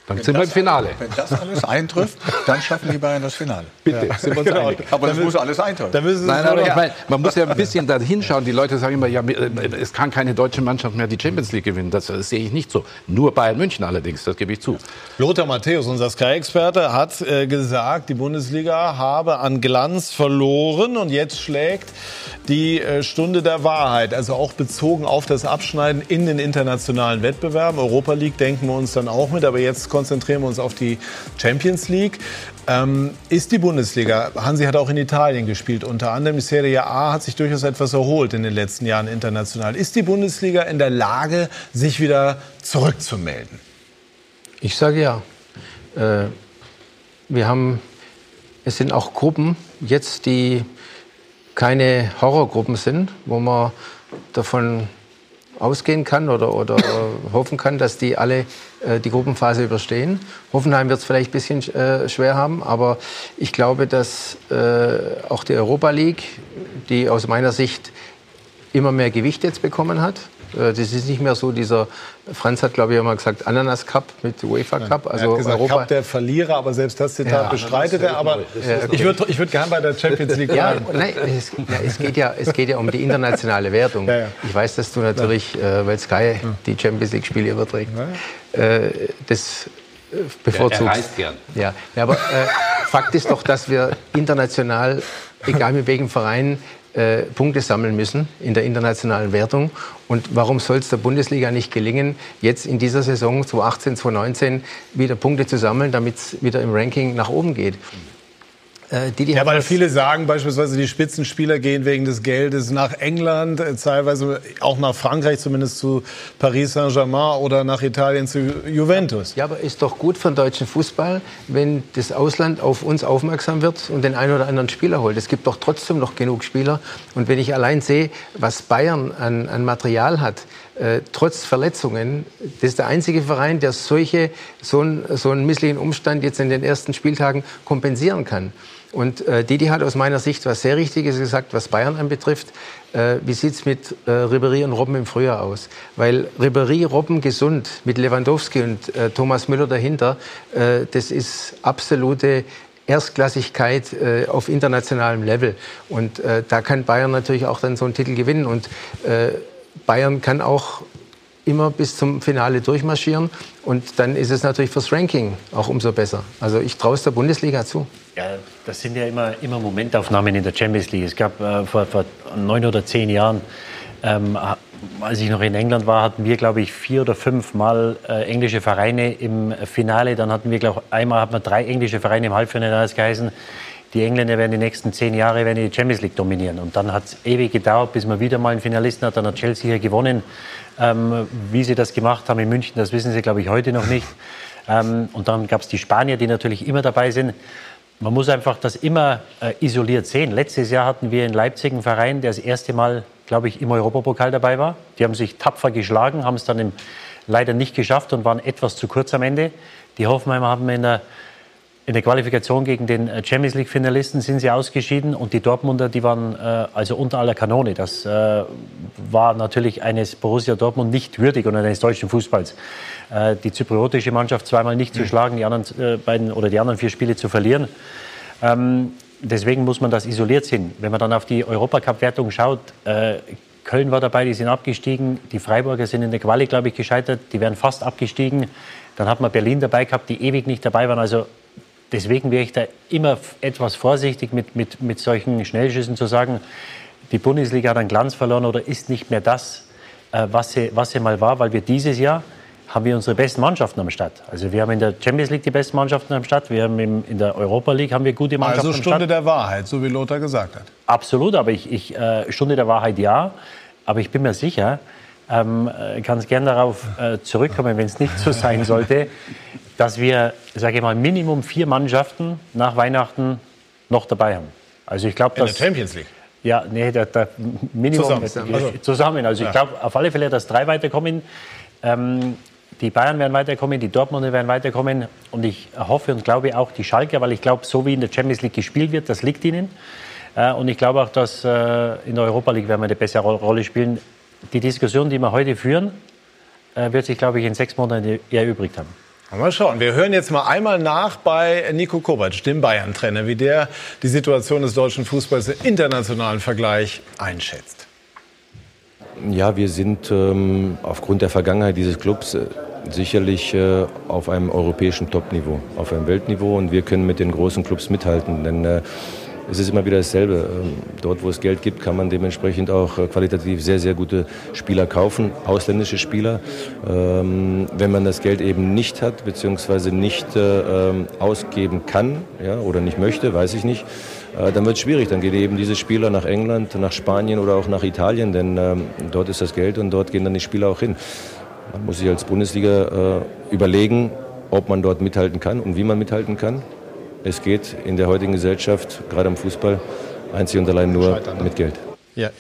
Dann wenn sind wir im Finale. Wenn das alles eintrifft, dann schaffen die Bayern das Finale. Bitte, ja. sind wir uns genau. einig. Aber das muss alles eintreffen. Nein, aber ich meine, man muss ja ein bisschen da hinschauen. Die Leute sagen immer, ja, es kann keine deutsche Mannschaft mehr die Champions League gewinnen. Das, das sehe ich nicht so. Nur Bayern München allerdings, das gebe ich zu. Lothar Matthäus, unser Sky-Experte, hat äh, gesagt, die Bundesliga habe an Glanz verloren und jetzt schlägt die äh, Stunde der Wahrheit. Also auch bezogen auf das Abschneiden in den internationalen Wettbewerben. Europa League denken wir uns dann auch mit, aber jetzt konzentrieren wir uns auf die Champions League. Ähm, ist die Bundesliga, Hansi hat auch in Italien gespielt, unter anderem die Serie A hat sich durchaus etwas erholt in den letzten Jahren international. Ist die Bundesliga in der Lage, sich wieder zurückzumelden? Ich sage ja. Äh, wir haben, es sind auch Gruppen jetzt, die keine Horrorgruppen sind, wo man davon ausgehen kann oder, oder hoffen kann, dass die alle äh, die Gruppenphase überstehen. Hoffenheim wird es vielleicht ein bisschen äh, schwer haben, aber ich glaube, dass äh, auch die Europa League, die aus meiner Sicht immer mehr Gewicht jetzt bekommen hat. Das ist nicht mehr so dieser, Franz hat glaube ich immer gesagt, Ananas Cup mit UEFA Cup. Also er hat gesagt, Europa, Cup der Verlierer, aber selbst das Zitat ja, bestreitet er. Aber ja, okay. ich würde ich würd gerne bei der Champions League bleiben. Ja, nein, es, ja, es, geht ja, es geht ja um die internationale Wertung. Ja, ja. Ich weiß, dass du natürlich, äh, weil Sky die Champions League Spiele überträgt, ja. äh, das äh, bevorzugst. Ja, er reist gern. Ja, ja, aber äh, Fakt ist doch, dass wir international, egal mit welchem Verein, Äh, Punkte sammeln müssen in der internationalen Wertung. Und warum soll es der Bundesliga nicht gelingen, jetzt in dieser Saison zwanzig achtzehn, zwanzig neunzehn wieder Punkte zu sammeln, damit es wieder im Ranking nach oben geht? Äh, die, die ja, weil viele sagen beispielsweise, die Spitzenspieler gehen wegen des Geldes nach England, äh, teilweise auch nach Frankreich, zumindest zu Paris Saint-Germain oder nach Italien zu Juventus. Ja, aber ist doch gut für den deutschen Fußball, wenn das Ausland auf uns aufmerksam wird und den einen oder anderen Spieler holt. Es gibt doch trotzdem noch genug Spieler. Und wenn ich allein sehe, was Bayern an, an Material hat, äh, trotz Verletzungen, das ist der einzige Verein, der solche, so, ein, so einen misslichen Umstand jetzt in den ersten Spieltagen kompensieren kann. Und äh, Didi hat aus meiner Sicht was sehr Richtiges gesagt, was Bayern anbetrifft. Äh, wie sieht's mit äh, Ribéry und Robben im Frühjahr aus? Weil Ribéry, Robben gesund, mit Lewandowski und äh, Thomas Müller dahinter, äh, das ist absolute Erstklassigkeit äh, auf internationalem Level. Und äh, da kann Bayern natürlich auch dann so einen Titel gewinnen. Und äh, Bayern kann auch immer bis zum Finale durchmarschieren. Und dann ist es natürlich fürs Ranking auch umso besser. Also ich traue es der Bundesliga zu. Ja, das sind ja immer, immer Momentaufnahmen in der Champions League. Es gab äh, vor, vor neun oder zehn Jahren, ähm, als ich noch in England war, hatten wir, glaube ich, vier oder fünf Mal äh, englische Vereine im Finale. Dann hatten wir, glaube ich, einmal hatten wir drei englische Vereine im Halbfinale. Da hat es geheißen, die Engländer werden die nächsten zehn Jahre werden die Champions League dominieren. Und dann hat es ewig gedauert, bis man wieder mal einen Finalisten hat. Dann hat Chelsea hier gewonnen. Ähm, wie sie das gemacht haben in München, das wissen sie, glaube ich, heute noch nicht. Ähm, und dann gab es die Spanier, die natürlich immer dabei sind. Man muss einfach das immer äh, isoliert sehen. Letztes Jahr hatten wir in Leipzig einen Verein, der das erste Mal, glaube ich, im Europapokal dabei war. Die haben sich tapfer geschlagen, haben es dann im, leider nicht geschafft und waren etwas zu kurz am Ende. Die Hoffenheimer haben in der In der Qualifikation gegen den Champions League-Finalisten sind sie ausgeschieden und die Dortmunder, die waren äh, also unter aller Kanone. Das äh, war natürlich eines Borussia Dortmund nicht würdig und eines deutschen Fußballs. Äh, die zypriotische Mannschaft zweimal nicht zu schlagen, die anderen äh, beiden oder die anderen vier Spiele zu verlieren. Ähm, deswegen muss man das isoliert sehen. Wenn man dann auf die Europacup-Wertung schaut, äh, Köln war dabei, die sind abgestiegen. Die Freiburger sind in der Quali, glaube ich, gescheitert. Die wären fast abgestiegen. Dann hat man Berlin dabei gehabt, die ewig nicht dabei waren. Also deswegen wäre ich da immer etwas vorsichtig mit, mit, mit solchen Schnellschüssen zu sagen, die Bundesliga hat an Glanz verloren oder ist nicht mehr das, äh, was, sie, was sie mal war, weil wir dieses Jahr haben wir unsere besten Mannschaften am Start. Also wir haben in der Champions League die besten Mannschaften am Start, wir haben im, in der Europa League haben wir gute Mannschaften also am Start. Also Stunde der Wahrheit, so wie Lothar gesagt hat. Absolut, aber ich, ich äh, Stunde der Wahrheit ja, aber ich bin mir sicher, ähm, kann es gerne darauf äh, zurückkommen, wenn es nicht so sein sollte, dass wir, sage ich mal, Minimum vier Mannschaften nach Weihnachten noch dabei haben. Also ich glaube, in der Champions League. Ja, nee, der, der Minimum zusammen. Also, zusammen. Also ich glaube auf alle Fälle, dass drei weiterkommen. Ähm, die Bayern werden weiterkommen, die Dortmunder werden weiterkommen und ich hoffe und glaube auch die Schalker, weil ich glaube, so wie in der Champions League gespielt wird, das liegt ihnen. Äh, und ich glaube auch, dass äh, in der Europa League werden wir eine bessere Rolle spielen. Die Diskussion, die wir heute führen, äh, wird sich, glaube ich, in sechs Monaten erübrigt haben. Mal schauen. Wir hören jetzt mal einmal nach bei Niko Kovac, dem Bayern-Trainer, wie der die Situation des deutschen Fußballs im internationalen Vergleich einschätzt. Ja, wir sind ähm, aufgrund der Vergangenheit dieses Clubs äh, sicherlich äh, auf einem europäischen Top-Niveau, auf einem Weltniveau, und wir können mit den großen Clubs mithalten, denn äh, es ist immer wieder dasselbe. Dort, wo es Geld gibt, kann man dementsprechend auch qualitativ sehr, sehr gute Spieler kaufen, ausländische Spieler. Ähm, wenn man das Geld eben nicht hat, beziehungsweise nicht äh, ausgeben kann, ja, oder nicht möchte, weiß ich nicht, äh, dann wird es schwierig. Dann gehen eben diese Spieler nach England, nach Spanien oder auch nach Italien, denn ähm, dort ist das Geld und dort gehen dann die Spieler auch hin. Man muss sich als Bundesliga äh, überlegen, ob man dort mithalten kann und wie man mithalten kann. Es geht in der heutigen Gesellschaft, gerade im Fußball, einzig und allein nur Scheitern, mit Geld. Ja.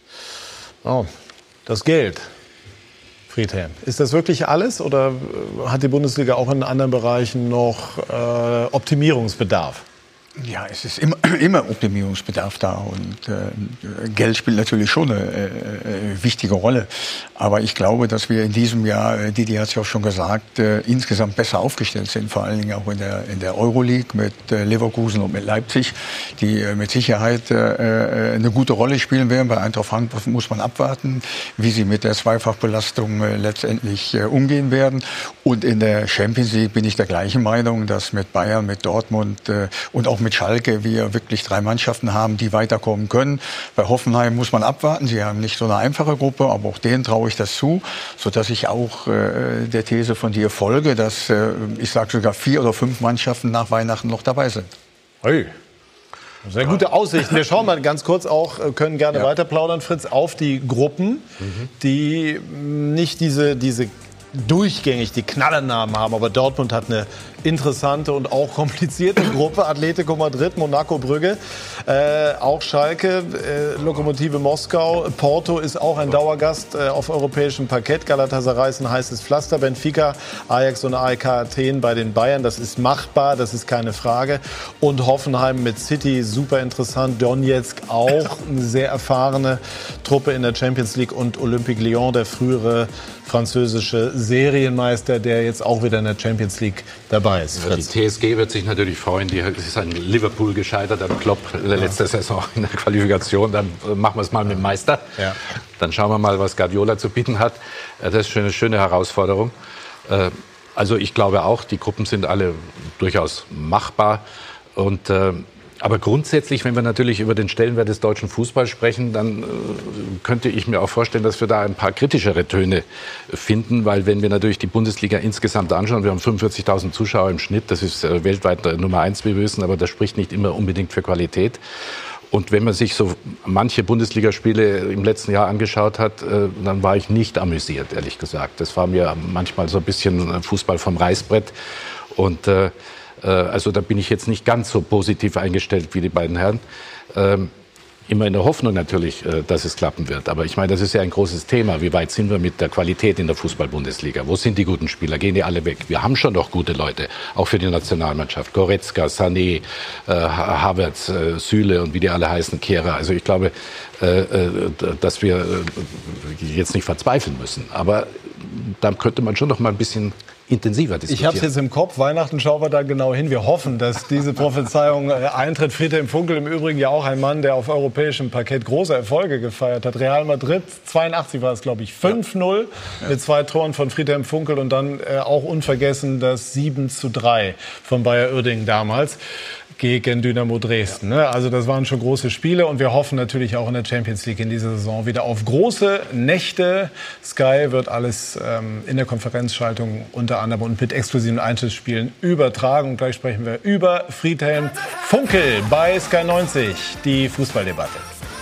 Oh, das Geld, Friedhelm. Ist das wirklich alles oder hat die Bundesliga auch in anderen Bereichen noch äh, Optimierungsbedarf? Ja, es ist immer, immer Optimierungsbedarf da und äh, Geld spielt natürlich schon eine äh, wichtige Rolle. Aber ich glaube, dass wir in diesem Jahr, Didi hat es ja auch schon gesagt, äh, insgesamt besser aufgestellt sind, vor allen Dingen auch in der, in der Euroleague mit äh, Leverkusen und mit Leipzig, die äh, mit Sicherheit äh, eine gute Rolle spielen werden. Bei Eintracht Frankfurt muss man abwarten, wie sie mit der Zweifachbelastung äh, letztendlich äh, umgehen werden. Und in der Champions League bin ich der gleichen Meinung, dass mit Bayern, mit Dortmund äh, und auch mit Schalke wir wirklich drei Mannschaften haben, die weiterkommen können. Bei Hoffenheim muss man abwarten. Sie haben nicht so eine einfache Gruppe, aber auch denen traue ich das zu, sodass ich auch äh, der These von dir folge, dass äh, ich sage sogar vier oder fünf Mannschaften nach Weihnachten noch dabei sind. Hey. Sehr gute Aussichten. Wir schauen mal ganz kurz auch, können gerne ja. weiter plaudern, Fritz, auf die Gruppen, mhm. die nicht diese, diese durchgängig die Knallernamen haben. Aber Dortmund hat eine interessante und auch komplizierte Gruppe. Atletico Madrid, Monaco, Brügge, äh, auch Schalke, äh, Lokomotive Moskau. Porto ist auch ein Dauergast äh, auf europäischem Parkett. Galatasaray ist ein heißes Pflaster. Benfica, Ajax und A E K Athen bei den Bayern. Das ist machbar, das ist keine Frage. Und Hoffenheim mit City, super interessant. Donetsk auch, eine sehr erfahrene Truppe in der Champions League. Und Olympique Lyon, der frühere französische Serienmeister, der jetzt auch wieder in der Champions League dabei ist. Ja, die T S G wird sich natürlich freuen. Die ist an Liverpool gescheitert, am Klopp letzte ja. Saison in der Qualifikation. Dann machen wir es mal mit dem Meister. Ja. Dann schauen wir mal, was Guardiola zu bieten hat. Das ist eine schöne Herausforderung. Also ich glaube auch, die Gruppen sind alle durchaus machbar. Und aber grundsätzlich, wenn wir natürlich über den Stellenwert des deutschen Fußballs sprechen, dann äh, könnte ich mir auch vorstellen, dass wir da ein paar kritischere Töne finden, weil wenn wir natürlich die Bundesliga insgesamt anschauen, wir haben fünfundvierzigtausend Zuschauer im Schnitt, das ist äh, weltweit äh, Nummer eins, wie wir wissen, aber das spricht nicht immer unbedingt für Qualität. Und wenn man sich so manche Bundesligaspiele im letzten Jahr angeschaut hat, äh, dann war ich nicht amüsiert, ehrlich gesagt. Das war mir manchmal so ein bisschen Fußball vom Reißbrett und äh, Also da bin ich jetzt nicht ganz so positiv eingestellt wie die beiden Herren. Ähm, immer in der Hoffnung natürlich, äh, dass es klappen wird. Aber ich meine, das ist ja ein großes Thema. Wie weit sind wir mit der Qualität in der Fußball-Bundesliga? Wo sind die guten Spieler? Gehen die alle weg? Wir haben schon noch gute Leute, auch für die Nationalmannschaft. Goretzka, Sané, äh, Havertz, äh, Süle und wie die alle heißen, Kehrer. Also ich glaube, äh, äh, dass wir äh, jetzt nicht verzweifeln müssen. Aber da könnte man schon noch mal ein bisschen intensiver diskutieren. Ich habe es jetzt im Kopf. Weihnachten schauen wir da genau hin. Wir hoffen, dass diese Prophezeiung äh, eintritt. Friedhelm Funkel im Übrigen ja auch ein Mann, der auf europäischem Parkett große Erfolge gefeiert hat. Real Madrid, zweiundachtzig war es, glaube ich, fünf null ja. mit zwei Toren von Friedhelm Funkel und dann äh, auch unvergessen das sieben zu drei von Bayer Uerdingen damals gegen Dynamo Dresden. Ne? Also das waren schon große Spiele und wir hoffen natürlich auch in der Champions League in dieser Saison wieder auf große Nächte. Sky wird alles ähm, in der Konferenzschaltung unter anderem und mit exklusiven Einzelspielen übertragen. Und gleich sprechen wir über Friedhelm Funkel bei Sky neunzig, die Fußballdebatte.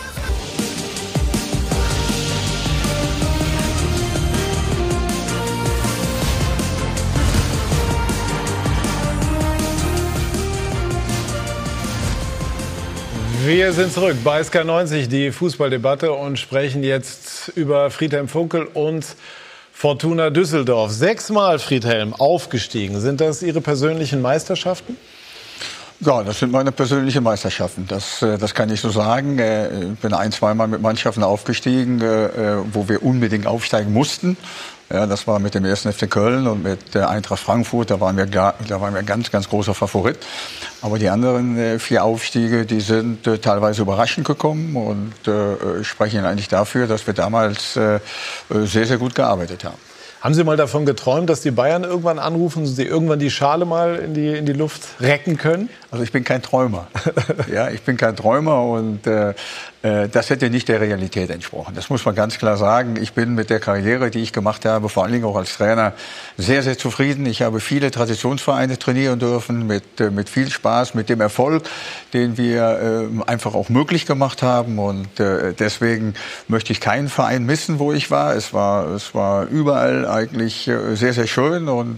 Wir sind zurück bei Sky neunzig, die Fußballdebatte, und sprechen jetzt über Friedhelm Funkel und Fortuna Düsseldorf. Sechsmal, Friedhelm, aufgestiegen. Sind das Ihre persönlichen Meisterschaften? Ja, das sind meine persönlichen Meisterschaften. Das, das kann ich so sagen. Ich bin ein-, zweimal mit Mannschaften aufgestiegen, wo wir unbedingt aufsteigen mussten. Ja, das war mit dem ersten F C Köln und mit der Eintracht Frankfurt. Da waren wir, da waren wir ganz, ganz großer Favorit. Aber die anderen äh, vier Aufstiege, die sind äh, teilweise überraschend gekommen und äh, sprechen eigentlich dafür, dass wir damals äh, sehr, sehr gut gearbeitet haben. Haben Sie mal davon geträumt, dass die Bayern irgendwann anrufen und Sie irgendwann die Schale mal in die, in die Luft recken können? Also ich bin kein Träumer. Ja, ich bin kein Träumer und äh, äh, das hätte nicht der Realität entsprochen. Das muss man ganz klar sagen. Ich bin mit der Karriere, die ich gemacht habe, vor allen Dingen auch als Trainer, sehr, sehr zufrieden. Ich habe viele Traditionsvereine trainieren dürfen, mit, äh, mit viel Spaß, mit dem Erfolg, den wir äh, einfach auch möglich gemacht haben. Und äh, deswegen möchte ich keinen Verein missen, wo ich war. Es war, es war überall eigentlich äh, sehr, sehr schön und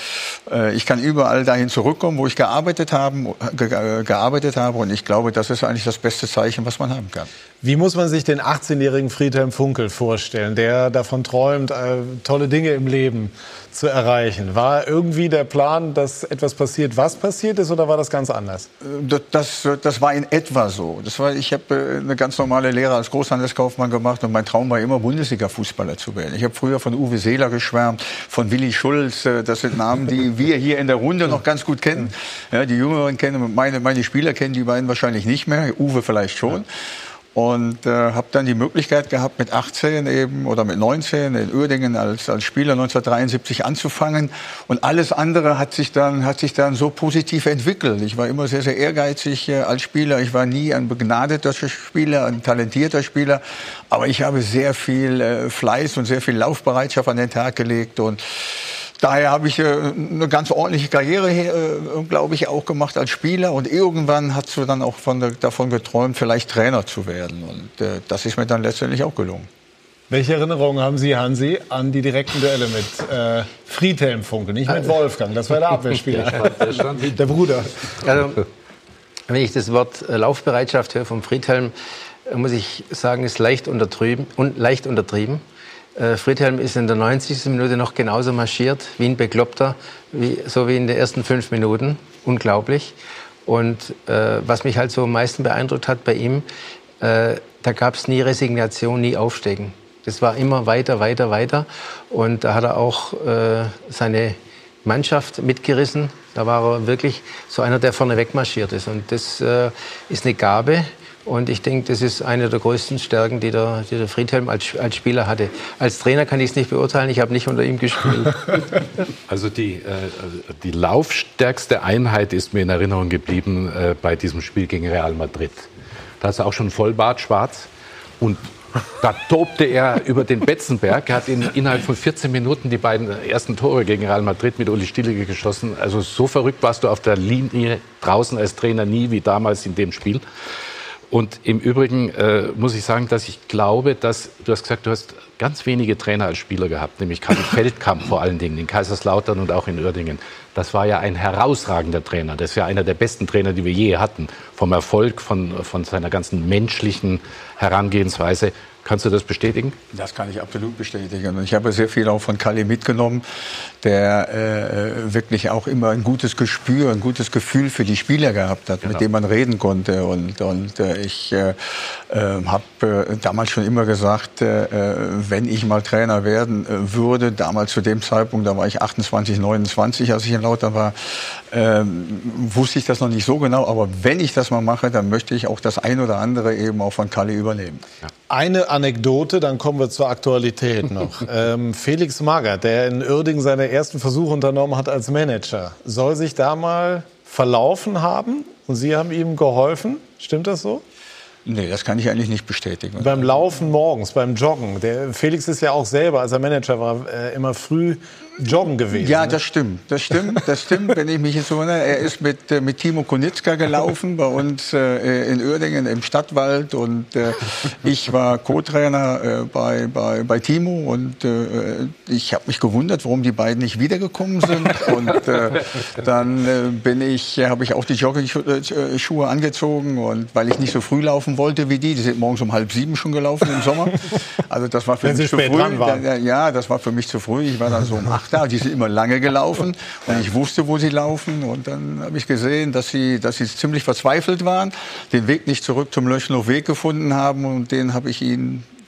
äh, ich kann überall dahin zurückkommen, wo ich gearbeitet habe, ge gearbeitet habe und ich glaube, das ist eigentlich das beste Zeichen, was man haben kann. Wie muss man sich den achtzehnjährigen Friedhelm Funkel vorstellen, der davon träumt, äh, tolle Dinge im Leben zu erreichen? War irgendwie der Plan, dass etwas passiert, was passiert ist, oder war das ganz anders? Das, das, das war in etwa so. Das war, ich habe eine ganz normale Lehre als Großhandelskaufmann gemacht und mein Traum war immer, Bundesliga-Fußballer zu werden. Ich habe früher von Uwe Seeler geschwärmt, von Willi Schulz. Das sind Namen, die wir hier in der Runde noch ganz gut kennen. Ja, die Jüngeren kennen, meine, meine Spieler kennen die beiden wahrscheinlich nicht mehr. Uwe vielleicht schon. Ja. Und äh, habe dann die Möglichkeit gehabt, mit achtzehn eben oder mit neunzehn in Uerdingen als, als Spieler neunzehnhundertdreiundsiebzig anzufangen. Und alles andere hat sich dann, hat sich dann so positiv entwickelt. Ich war immer sehr, sehr ehrgeizig äh, als Spieler. Ich war nie ein begnadeter Spieler, ein talentierter Spieler. Aber ich habe sehr viel äh, Fleiß und sehr viel Laufbereitschaft an den Tag gelegt. Und daher habe ich äh, eine ganz ordentliche Karriere, äh, glaube ich, auch gemacht als Spieler. Und irgendwann hast du dann auch von der, davon geträumt, vielleicht Trainer zu werden. Und äh, das ist mir dann letztendlich auch gelungen. Welche Erinnerungen haben Sie, Hansi, an die direkten Duelle mit äh, Friedhelm Funkel? Nicht mit Wolfgang, das war der Abwehrspieler, der Bruder. Also, wenn ich das Wort Laufbereitschaft höre vom Friedhelm, muss ich sagen, ist leicht untertrieben. Und leicht untertrieben. Friedhelm ist in der neunzigsten Minute noch genauso marschiert wie ein Bekloppter, wie, so wie in den ersten fünf Minuten. Unglaublich. Und äh, was mich halt so am meisten beeindruckt hat bei ihm, äh, da gab es nie Resignation, nie Aufstecken. Das war immer weiter, weiter, weiter. Und da hat er auch äh, seine Mannschaft mitgerissen. Da war er wirklich so einer, der vorne wegmarschiert ist. Und das äh, ist eine Gabe. Und ich denke, das ist eine der größten Stärken, die der, die der Friedhelm als, als Spieler hatte. Als Trainer kann ich es nicht beurteilen, ich habe nicht unter ihm gespielt. Also die, äh, die laufstärkste Einheit ist mir in Erinnerung geblieben äh, bei diesem Spiel gegen Real Madrid. Da ist er auch schon Vollbart, schwarz. Und da tobte er über den Betzenberg. Er hat in, innerhalb von vierzehn Minuten die beiden ersten Tore gegen Real Madrid mit Uli Stielege geschossen. Also so verrückt warst du auf der Linie draußen als Trainer nie wie damals in dem Spiel. Und im Übrigen äh, muss ich sagen, dass ich glaube, dass, du hast gesagt, du hast ganz wenige Trainer als Spieler gehabt, nämlich Karl Feldkamp vor allen Dingen, in Kaiserslautern und auch in Uerdingen. Das war ja ein herausragender Trainer. Das ist ja einer der besten Trainer, die wir je hatten. Vom Erfolg, von, von seiner ganzen menschlichen Herangehensweise. Kannst du das bestätigen? Das kann ich absolut bestätigen. Und ich habe sehr viel auch von Kalle mitgenommen, der äh, wirklich auch immer ein gutes Gespür, ein gutes Gefühl für die Spieler gehabt hat, genau, mit dem man reden konnte. Und, und äh, ich äh, habe äh, damals schon immer gesagt, äh, wenn ich mal Trainer werden äh, würde, damals zu dem Zeitpunkt, da war ich achtundzwanzig, neunundzwanzig, als ich in Lautern war, äh, wusste ich das noch nicht so genau. Aber wenn ich das mal mache, dann möchte ich auch das ein oder andere eben auch von Kalle übernehmen. Ja. Eine Anekdote, dann kommen wir zur Aktualität noch. ähm, Felix Magath, der in Uerdingen seine ersten Versuche unternommen hat als Manager, soll sich da mal verlaufen haben und Sie haben ihm geholfen. Stimmt das so? Nee, das kann ich eigentlich nicht bestätigen. Beim Laufen morgens, beim Joggen. Der Felix ist ja auch selber, als er Manager war, äh, immer früh joggen gewesen. Ja, ne? das stimmt. Das stimmt, das stimmt, wenn ich mich jetzt so erinnere. Er ist mit, äh, mit Timo Kunitzka gelaufen bei uns äh, in Uerdingen im Stadtwald. Und äh, ich war Co-Trainer äh, bei, bei, bei Timo. Und äh, ich habe mich gewundert, warum die beiden nicht wiedergekommen sind. Und äh, dann äh, bin ich, äh, habe ich auch die Jogging-Schuhe angezogen. Und weil ich nicht so früh laufen wollte wie die, die sind morgens um halb sieben schon gelaufen im Sommer. Also das war für wenn mich Sie zu spät früh. dran waren. Ja, das war für mich zu früh. Ich war dann so um acht da. Die sind immer lange gelaufen und ich wusste, wo sie laufen. Und dann habe ich gesehen, dass sie, dass sie ziemlich verzweifelt waren, den Weg nicht zurück zum Löchnhof Weg gefunden haben. Und den habe ich ihnen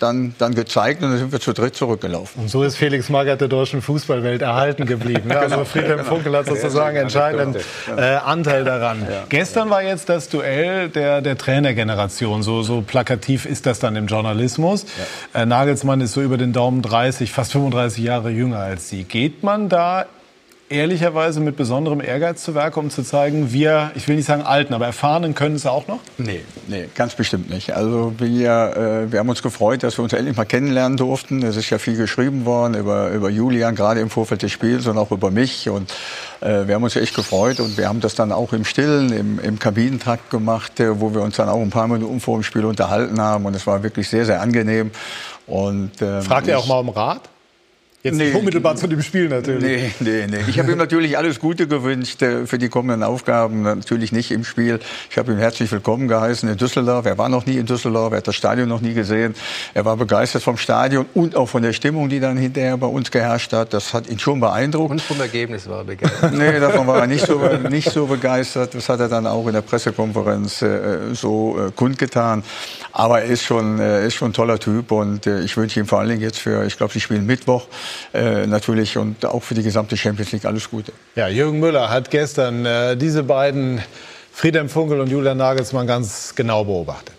dann, dann gezeigt und dann sind wir zu dritt zurückgelaufen. Und so ist Felix Magath der deutschen Fußballwelt erhalten geblieben. Ja, also Friedhelm Funkel hat sozusagen entscheidenden äh, Anteil daran. Ja. Gestern war jetzt das Duell der, der Trainergeneration. So, so plakativ ist das dann im Journalismus. Ja. Äh, Nagelsmann ist so über den Daumen dreißig, fast fünfunddreißig Jahre jünger als Sie. Geht man da ehrlicherweise mit besonderem Ehrgeiz zu Werke, um zu zeigen, wir, ich will nicht sagen Alten, aber Erfahrenen können es auch noch? Nee, nee, ganz bestimmt nicht. Also wir, äh, wir haben uns gefreut, dass wir uns endlich mal kennenlernen durften. Es ist ja viel geschrieben worden über, über Julian, gerade im Vorfeld des Spiels und auch über mich. Und äh, wir haben uns echt gefreut und wir haben das dann auch im Stillen, im, im Kabinentrakt gemacht, äh, wo wir uns dann auch ein paar Minuten vor dem Spiel unterhalten haben. Und es war wirklich sehr, sehr angenehm. Und, ähm, Fragt ihr auch mal um Rat? Jetzt nee, nicht unmittelbar zu dem Spiel natürlich. Nee, nee, nee. Ich habe ihm natürlich alles Gute gewünscht äh, für die kommenden Aufgaben. Natürlich nicht im Spiel. Ich habe ihm herzlich willkommen geheißen in Düsseldorf. Er war noch nie in Düsseldorf, er hat das Stadion noch nie gesehen. Er war begeistert vom Stadion und auch von der Stimmung, die dann hinterher bei uns geherrscht hat. Das hat ihn schon beeindruckt. Und vom Ergebnis war er begeistert. Nee, davon war er nicht so, nicht so begeistert. Das hat er dann auch in der Pressekonferenz äh, so äh, kundgetan. Aber er ist schon, äh, ist schon ein toller Typ und äh, ich wünsche ihm vor allen Dingen jetzt für, ich glaube, sie spielen Mittwoch, Äh, natürlich und auch für die gesamte Champions League alles Gute. Ja, Jürgen Müller hat gestern äh, diese beiden, Friedhelm Funkel und Julian Nagelsmann, ganz genau beobachtet.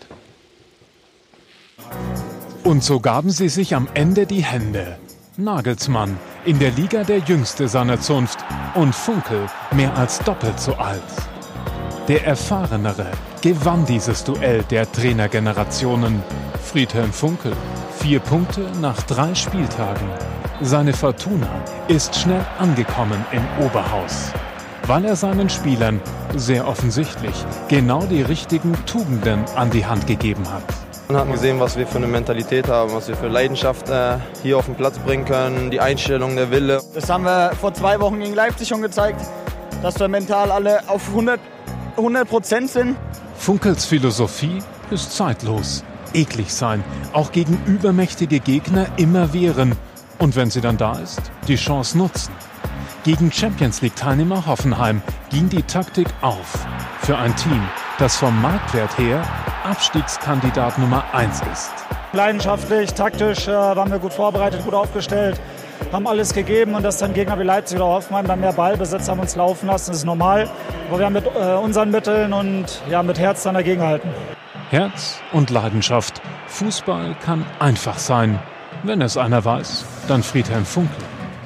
Und so gaben sie sich am Ende die Hände. Nagelsmann, in der Liga der Jüngste seiner Zunft, und Funkel, mehr als doppelt so alt. Der Erfahrenere gewann dieses Duell der Trainergenerationen. Friedhelm Funkel, vier Punkte nach drei Spieltagen. Seine Fortuna ist schnell angekommen im Oberhaus, weil er seinen Spielern sehr offensichtlich genau die richtigen Tugenden an die Hand gegeben hat. Wir haben gesehen, was wir für eine Mentalität haben, was wir für Leidenschaft äh, hier auf den Platz bringen können, die Einstellung, der Wille. Das haben wir vor zwei Wochen gegen Leipzig schon gezeigt, dass wir mental alle auf hundert Prozent sind. Funkels Philosophie ist zeitlos. Eklig sein, auch gegen übermächtige Gegner immer wehren. Und wenn sie dann da ist, die Chance nutzen. Gegen Champions-League-Teilnehmer Hoffenheim ging die Taktik auf. Für ein Team, das vom Marktwert her Abstiegskandidat Nummer eins ist. Leidenschaftlich, taktisch äh, waren wir gut vorbereitet, gut aufgestellt, haben alles gegeben und dass dann Gegner wie Leipzig oder Hoffenheim dann mehr Ballbesitz haben uns laufen lassen, das ist normal. Aber wir haben mit äh, unseren Mitteln und ja, mit Herz dann dagegenhalten. Herz und Leidenschaft. Fußball kann einfach sein. Wenn es einer weiß, dann Friedhelm Funkel.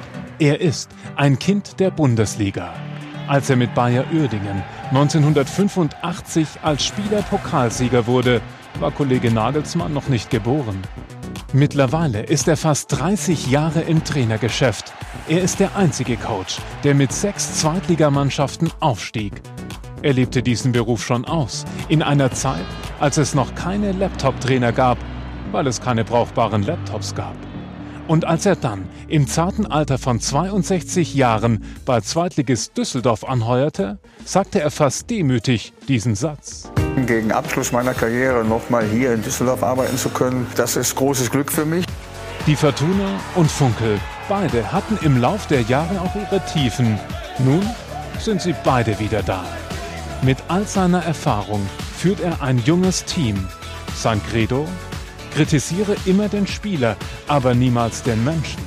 Er ist ein Kind der Bundesliga. Als er mit Bayer Uerdingen neunzehnhundertfünfundachtzig als Spieler Pokalsieger wurde, war Kollege Nagelsmann noch nicht geboren. Mittlerweile ist er fast dreißig Jahre im Trainergeschäft. Er ist der einzige Coach, der mit sechs Zweitligamannschaften aufstieg. Er lebte diesen Beruf schon aus, in einer Zeit, als es noch keine Laptop-Trainer gab, weil es keine brauchbaren Laptops gab. Und als er dann im zarten Alter von zweiundsechzig Jahren bei Zweitligist Düsseldorf anheuerte, sagte er fast demütig diesen Satz. Gegen Abschluss meiner Karriere noch mal hier in Düsseldorf arbeiten zu können, das ist großes Glück für mich. Die Fortuna und Funkel, beide hatten im Lauf der Jahre auch ihre Tiefen. Nun sind sie beide wieder da. Mit all seiner Erfahrung führt er ein junges Team. Sein Credo: kritisiere immer den Spieler, aber niemals den Menschen.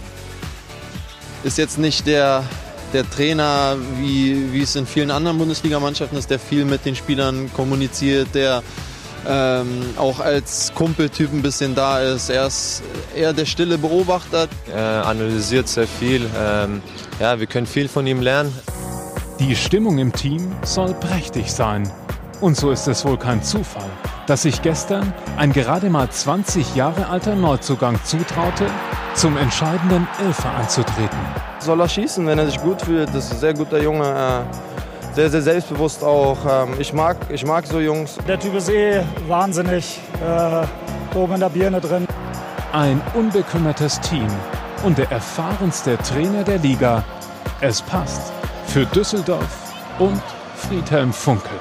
Ist jetzt nicht der, der Trainer, wie, wie es in vielen anderen Bundesligamannschaften ist, der viel mit den Spielern kommuniziert, der ähm, auch als Kumpeltyp ein bisschen da ist. Er ist eher der stille Beobachter. Er analysiert sehr viel. Ähm, ja, wir können viel von ihm lernen. Die Stimmung im Team soll prächtig sein. Und so ist es wohl kein Zufall, dass sich gestern ein gerade mal zwanzig Jahre alter Neuzugang zutraute, zum entscheidenden Elfer anzutreten. Soll er schießen, wenn er sich gut fühlt. Das ist ein sehr guter Junge, sehr, sehr selbstbewusst auch. Ich mag, ich mag so Jungs. Der Typ ist eh wahnsinnig äh, oben in der Birne drin. Ein unbekümmertes Team und der erfahrenste Trainer der Liga. Es passt für Düsseldorf und Friedhelm Funkel.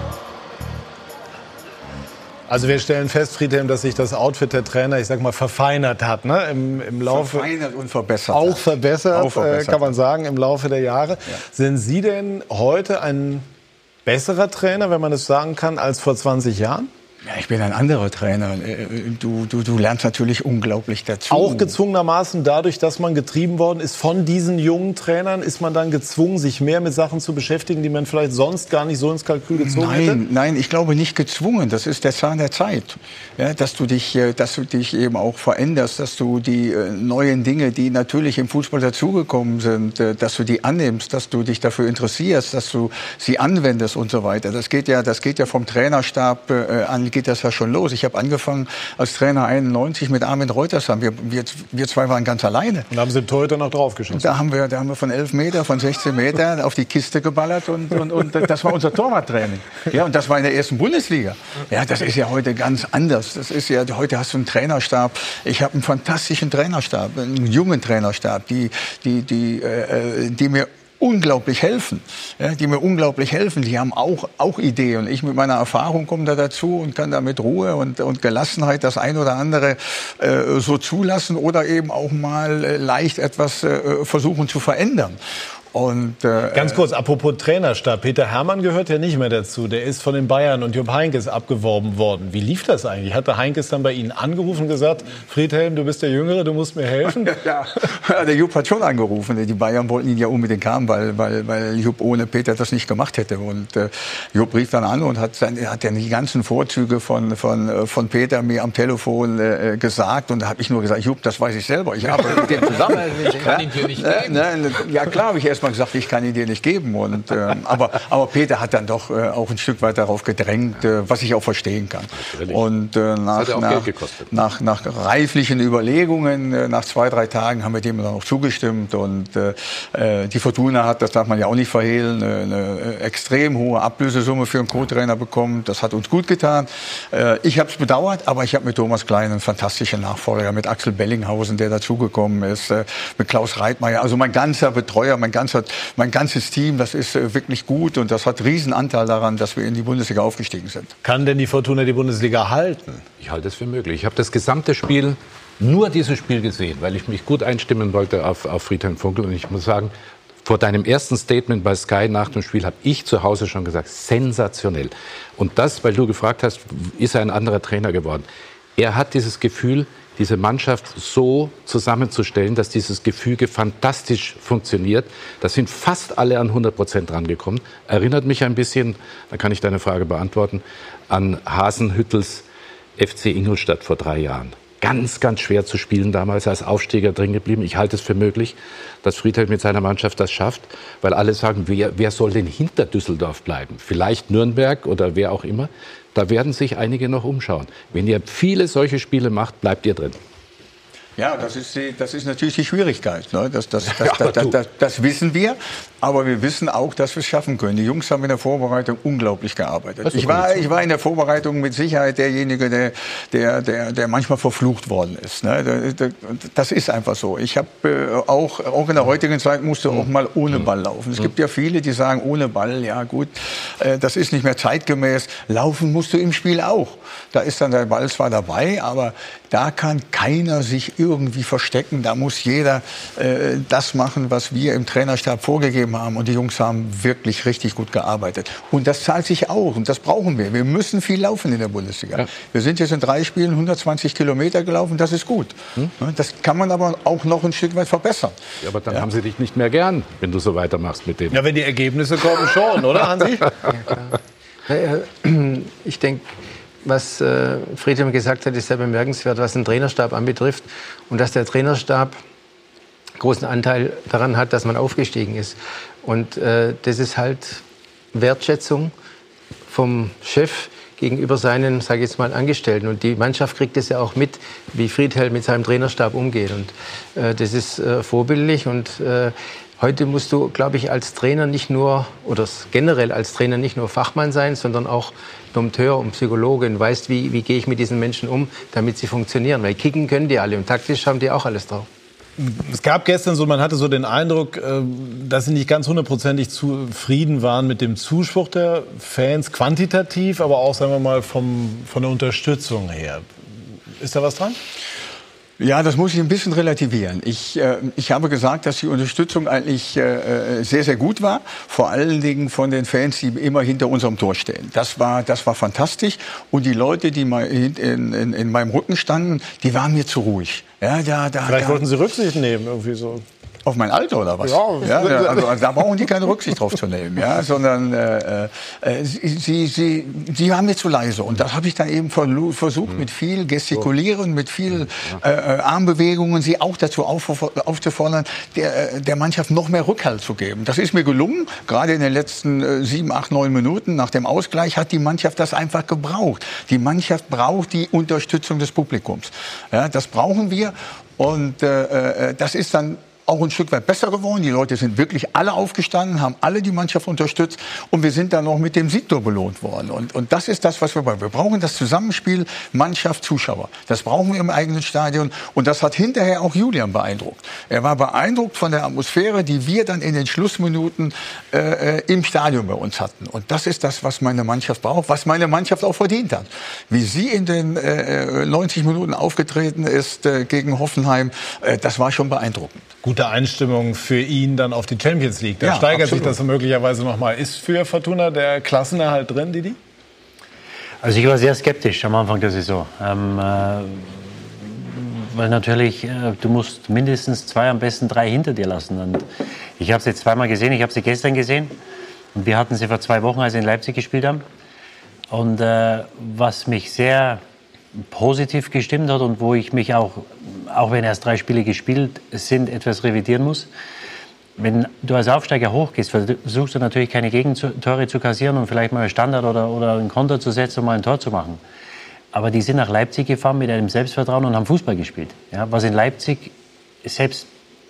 Also wir stellen fest, Friedhelm, dass sich das Outfit der Trainer, ich sag mal, verfeinert hat, ne? Im, im Laufe verfeinert und verbessert. Auch verbessert, auch verbessert. Äh, kann man sagen, im Laufe der Jahre. Ja. Sind Sie denn heute ein besserer Trainer, wenn man es sagen kann, als vor zwanzig Jahren? Ja, ich bin ein anderer Trainer. Du, du, du lernst natürlich unglaublich dazu. Auch gezwungenermaßen dadurch, dass man getrieben worden ist von diesen jungen Trainern, ist man dann gezwungen, sich mehr mit Sachen zu beschäftigen, die man vielleicht sonst gar nicht so ins Kalkül gezogen nein, hätte? Nein, ich glaube nicht gezwungen. Das ist der Zahn der Zeit. Ja, dass du dich, dass du dich eben auch veränderst, dass du die äh, neuen Dinge, die natürlich im Fußball dazugekommen sind, äh, dass du die annimmst, dass du dich dafür interessierst, dass du sie anwendest und so weiter. Das geht ja, das geht ja vom Trainerstab äh, an. Geht das ja schon los. Ich habe angefangen als Trainer einundneunzig mit Armin Reutersam. Wir, wir, wir zwei waren ganz alleine. Und haben sie den Torhüter noch draufgeschossen. Da haben wir, da haben wir von elf Meter, von sechzehn Meter auf die Kiste geballert und, und, und das war unser Torwarttraining. Ja, und das war in der ersten Bundesliga. Ja, das ist ja heute ganz anders. Das ist ja, heute hast du einen Trainerstab. Ich habe einen fantastischen Trainerstab, einen jungen Trainerstab, die, die, die, äh, die mir unglaublich helfen, ja, die mir unglaublich helfen. Die haben auch, auch Ideen. Ich mit meiner Erfahrung komme da dazu und kann da mit Ruhe und, und Gelassenheit das ein oder andere äh, so zulassen oder eben auch mal äh, leicht etwas äh, versuchen zu verändern. Und, äh, Ganz kurz, apropos Trainerstab. Peter Herrmann gehört ja nicht mehr dazu. Der ist von den Bayern und Jupp Heynckes abgeworben worden. Wie lief das eigentlich? Hatte Heynckes dann bei Ihnen angerufen und gesagt, Friedhelm, du bist der Jüngere, du musst mir helfen? Ja, der Jupp hat schon angerufen. Die Bayern wollten ihn ja unbedingt haben, weil, weil, weil Jupp ohne Peter das nicht gemacht hätte. Und äh, Jupp rief dann an und hat, sein, hat dann die ganzen Vorzüge von, von, von Peter mir am Telefon äh, gesagt. Und da habe ich nur gesagt, Jupp, das weiß ich selber. Ich arbeite mit dem zusammen. Ich kann ihn dir nicht geben. Äh, ja klar, habe ich erst mal gesagt, ich kann ihn dir nicht geben. Und, äh, aber, aber Peter hat dann doch äh, auch ein Stück weit darauf gedrängt, äh, was ich auch verstehen kann. Natürlich. Und äh, nach, nach, nach, nach reiflichen Überlegungen, äh, nach zwei, drei Tagen haben wir dem dann auch zugestimmt. Und äh, die Fortuna hat, das darf man ja auch nicht verhehlen, eine, eine extrem hohe Ablösesumme für einen Co-Trainer bekommen. Das hat uns gut getan. Äh, ich habe es bedauert, aber ich habe mit Thomas Klein einen fantastischen Nachfolger, mit Axel Bellinghausen, der dazugekommen ist, äh, mit Klaus Reitmeier. Also mein ganzer Betreuer, mein ganzer Mein ganzes Team, das ist äh, wirklich gut und das hat riesen Anteil daran, dass wir in die Bundesliga aufgestiegen sind. Kann denn die Fortuna die Bundesliga halten? Ich halte es für möglich. Ich habe das gesamte Spiel, nur dieses Spiel gesehen, weil ich mich gut einstimmen wollte auf, auf Friedhelm Funkel. Und ich muss sagen, vor deinem ersten Statement bei Sky nach dem Spiel habe ich zu Hause schon gesagt, sensationell. Und das, weil du gefragt hast, ist er ein anderer Trainer geworden. Er hat dieses Gefühl, diese Mannschaft so zusammenzustellen, dass dieses Gefüge fantastisch funktioniert. Da sind fast alle an hundert Prozent rangekommen. Erinnert mich ein bisschen, da kann ich deine Frage beantworten, an Hasenhüttels F C Ingolstadt vor drei Jahren. Ganz, ganz schwer zu spielen damals, als Aufsteiger drin geblieben. Ich halte es für möglich, dass Friedhelm mit seiner Mannschaft das schafft, weil alle sagen, wer, wer soll denn hinter Düsseldorf bleiben? Vielleicht Nürnberg oder wer auch immer. Da werden sich einige noch umschauen. Wenn ihr viele solche Spiele macht, bleibt ihr drin. Ja, das ist, die, das ist natürlich die Schwierigkeit. Ne? Das, das, das, das, das, das, das wissen wir, aber wir wissen auch, dass wir es schaffen können. Die Jungs haben in der Vorbereitung unglaublich gearbeitet. Ich war, ich war in der Vorbereitung mit Sicherheit derjenige, der, der, der, der manchmal verflucht worden ist. Ne? Das ist einfach so. Ich habe äh, auch, auch in der heutigen Zeit musste auch mal ohne Ball laufen. Es gibt ja viele, die sagen, ohne Ball, ja gut, äh, das ist nicht mehr zeitgemäß. Laufen musst du im Spiel auch. Da ist dann der Ball zwar dabei, aber da kann keiner sich irgendwie verstecken. Da muss jeder äh, das machen, was wir im Trainerstab vorgegeben haben. Und die Jungs haben wirklich richtig gut gearbeitet. Und das zahlt sich auch. Und das brauchen wir. Wir müssen viel laufen in der Bundesliga. Ja. Wir sind jetzt in drei Spielen hundertzwanzig Kilometer gelaufen. Das ist gut. Hm? Das kann man aber auch noch ein Stück weit verbessern. Ja, aber dann ja. haben sie dich nicht mehr gern, wenn du so weitermachst mit dem. Ja, wenn die Ergebnisse kommen schon, oder Hansi? Ja, klar. Ich denke, was äh, Friedhelm gesagt hat, ist sehr bemerkenswert, was den Trainerstab anbetrifft. Und dass der Trainerstab großen Anteil daran hat, dass man aufgestiegen ist. Und äh, das ist halt Wertschätzung vom Chef gegenüber seinen, sage ich jetzt mal, Angestellten. Und die Mannschaft kriegt es ja auch mit, wie Friedhelm mit seinem Trainerstab umgeht. Und äh, das ist äh, vorbildlich. Und äh, heute musst du, glaube ich, als Trainer nicht nur, oder generell als Trainer nicht nur Fachmann sein, sondern auch Dompteur und Psychologe und weißt, wie, wie gehe ich mit diesen Menschen um, damit sie funktionieren. Weil kicken können die alle und taktisch haben die auch alles drauf. Es gab gestern so, man hatte so den Eindruck, dass sie nicht ganz hundertprozentig zufrieden waren mit dem Zuspruch der Fans, quantitativ, aber auch, sagen wir mal, vom, von der Unterstützung her. Ist da was dran? Ja, das muss ich ein bisschen relativieren. Ich, äh, ich habe gesagt, dass die Unterstützung eigentlich äh, sehr, sehr gut war. Vor allen Dingen von den Fans, die immer hinter unserem Tor stehen. Das war, das war fantastisch. Und die Leute, die mal in, in, in meinem Rücken standen, die waren mir zu ruhig. Ja, da, da, Vielleicht da. wollten Sie Rücksicht nehmen, irgendwie so. Auf mein Alter oder was? Ja, ja, also, also da brauchen die keine Rücksicht drauf zu nehmen, ja, sondern äh, äh, sie, sie, sie waren mir zu leise und das habe ich dann eben versucht mit viel Gestikulieren, mit viel äh, Armbewegungen, sie auch dazu auf, aufzufordern, der, der Mannschaft noch mehr Rückhalt zu geben. Das ist mir gelungen, gerade in den letzten äh, sieben, acht, neun Minuten nach dem Ausgleich hat die Mannschaft das einfach gebraucht. Die Mannschaft braucht die Unterstützung des Publikums. Ja, das brauchen wir und äh, äh, das ist dann auch ein Stück weit besser geworden. Die Leute sind wirklich alle aufgestanden, haben alle die Mannschaft unterstützt und wir sind dann noch mit dem Sieg belohnt worden. Und, und das ist das, was wir brauchen. Wir brauchen das Zusammenspiel Mannschaft, Zuschauer. Das brauchen wir im eigenen Stadion und das hat hinterher auch Julian beeindruckt. Er war beeindruckt von der Atmosphäre, die wir dann in den Schlussminuten äh, im Stadion bei uns hatten. Und das ist das, was meine Mannschaft braucht, was meine Mannschaft auch verdient hat. Wie sie in den äh, neunzig Minuten aufgetreten ist äh, gegen Hoffenheim, äh, das war schon beeindruckend. Gute Einstimmung für ihn dann auf die Champions League. Da ja, steigert absolut. sich das möglicherweise noch mal. Ist für Fortuna der Klassenerhalt drin, Didi? Also ich war sehr skeptisch am Anfang der Saison. Ähm, äh, weil natürlich, äh, du musst mindestens zwei, am besten drei hinter dir lassen. Und ich habe sie jetzt zweimal gesehen, ich habe sie gestern gesehen. Und wir hatten sie vor zwei Wochen, als sie in Leipzig gespielt haben. Und äh, was mich sehr positiv gestimmt hat und wo ich mich auch, auch wenn erst drei Spiele gespielt sind, etwas revidieren muss. Wenn du als Aufsteiger hochgehst, versuchst du natürlich keine Gegentore zu kassieren und vielleicht mal einen Standard oder, oder einen Konter zu setzen, um mal ein Tor zu machen. Aber die sind nach Leipzig gefahren mit einem Selbstvertrauen und haben Fußball gespielt. Ja, was in Leipzig selbst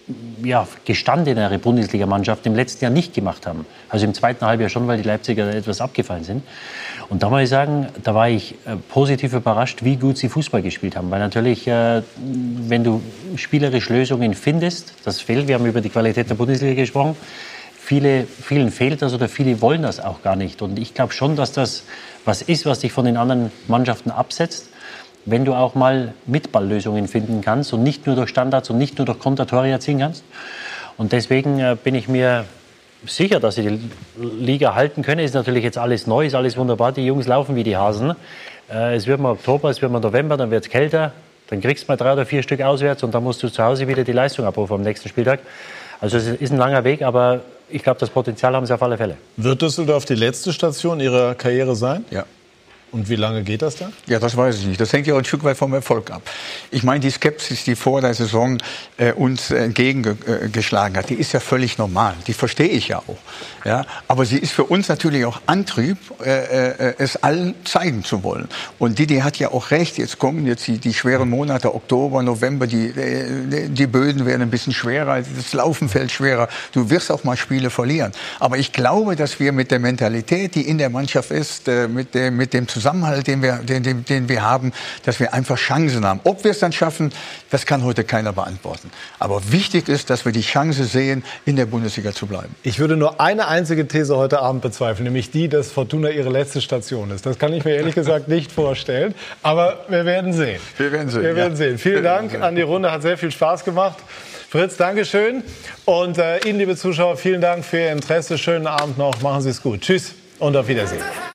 ja, gestandenere Bundesligamannschaft im letzten Jahr nicht gemacht haben. Also im zweiten Halbjahr schon, weil die Leipziger etwas abgefallen sind. Und da muss ich sagen, da war ich äh, positiv überrascht, wie gut sie Fußball gespielt haben. Weil natürlich, äh, wenn du spielerisch Lösungen findest, das fehlt, wir haben über die Qualität der Bundesliga gesprochen, viele, vielen fehlt das oder viele wollen das auch gar nicht. Und ich glaube schon, dass das was ist, was dich von den anderen Mannschaften absetzt. Wenn du auch mal mit Balllösungen finden kannst und nicht nur durch Standards und nicht nur durch Konter Tore erzielen kannst. Und deswegen äh, bin ich mir sicher, dass sie die Liga halten können. Ist natürlich jetzt alles neu, ist alles wunderbar. Die Jungs laufen wie die Hasen. Äh, es wird mal Oktober, es wird mal November, dann wird es kälter. Dann kriegst du mal drei oder vier Stück auswärts und dann musst du zu Hause wieder die Leistung abrufen am nächsten Spieltag. Also es ist ein langer Weg, aber ich glaube, das Potenzial haben sie auf alle Fälle. Wird Düsseldorf die letzte Station ihrer Karriere sein? Ja. Und wie lange geht das dann? Ja, das weiß ich nicht. Das hängt ja auch ein Stück weit vom Erfolg ab. Ich meine, die Skepsis, die vor der Saison äh, uns entgegengeschlagen hat, die ist ja völlig normal. Die verstehe ich ja auch. Ja? Aber sie ist für uns natürlich auch Antrieb, äh, äh, es allen zeigen zu wollen. Und Didi hat ja auch recht. Jetzt kommen jetzt die, die schweren Monate, Oktober, November, die, äh, die Böden werden ein bisschen schwerer, das Laufen fällt schwerer. Du wirst auch mal Spiele verlieren. Aber ich glaube, dass wir mit der Mentalität, die in der Mannschaft ist, äh, mit dem, mit dem Zusammenhalt, Zusammenhalt, den wir, den, den, den wir haben, dass wir einfach Chancen haben. Ob wir es dann schaffen, das kann heute keiner beantworten. Aber wichtig ist, dass wir die Chance sehen, in der Bundesliga zu bleiben. Ich würde nur eine einzige These heute Abend bezweifeln, nämlich die, dass Fortuna ihre letzte Station ist. Das kann ich mir ehrlich gesagt nicht vorstellen. Aber wir werden sehen. Wir werden sehen. Wir werden ja. sehen. Vielen Dank an die Runde, hat sehr viel Spaß gemacht. Fritz, Dankeschön. Und äh, Ihnen, liebe Zuschauer, vielen Dank für Ihr Interesse. Schönen Abend noch. Machen Sie es gut. Tschüss und auf Wiedersehen.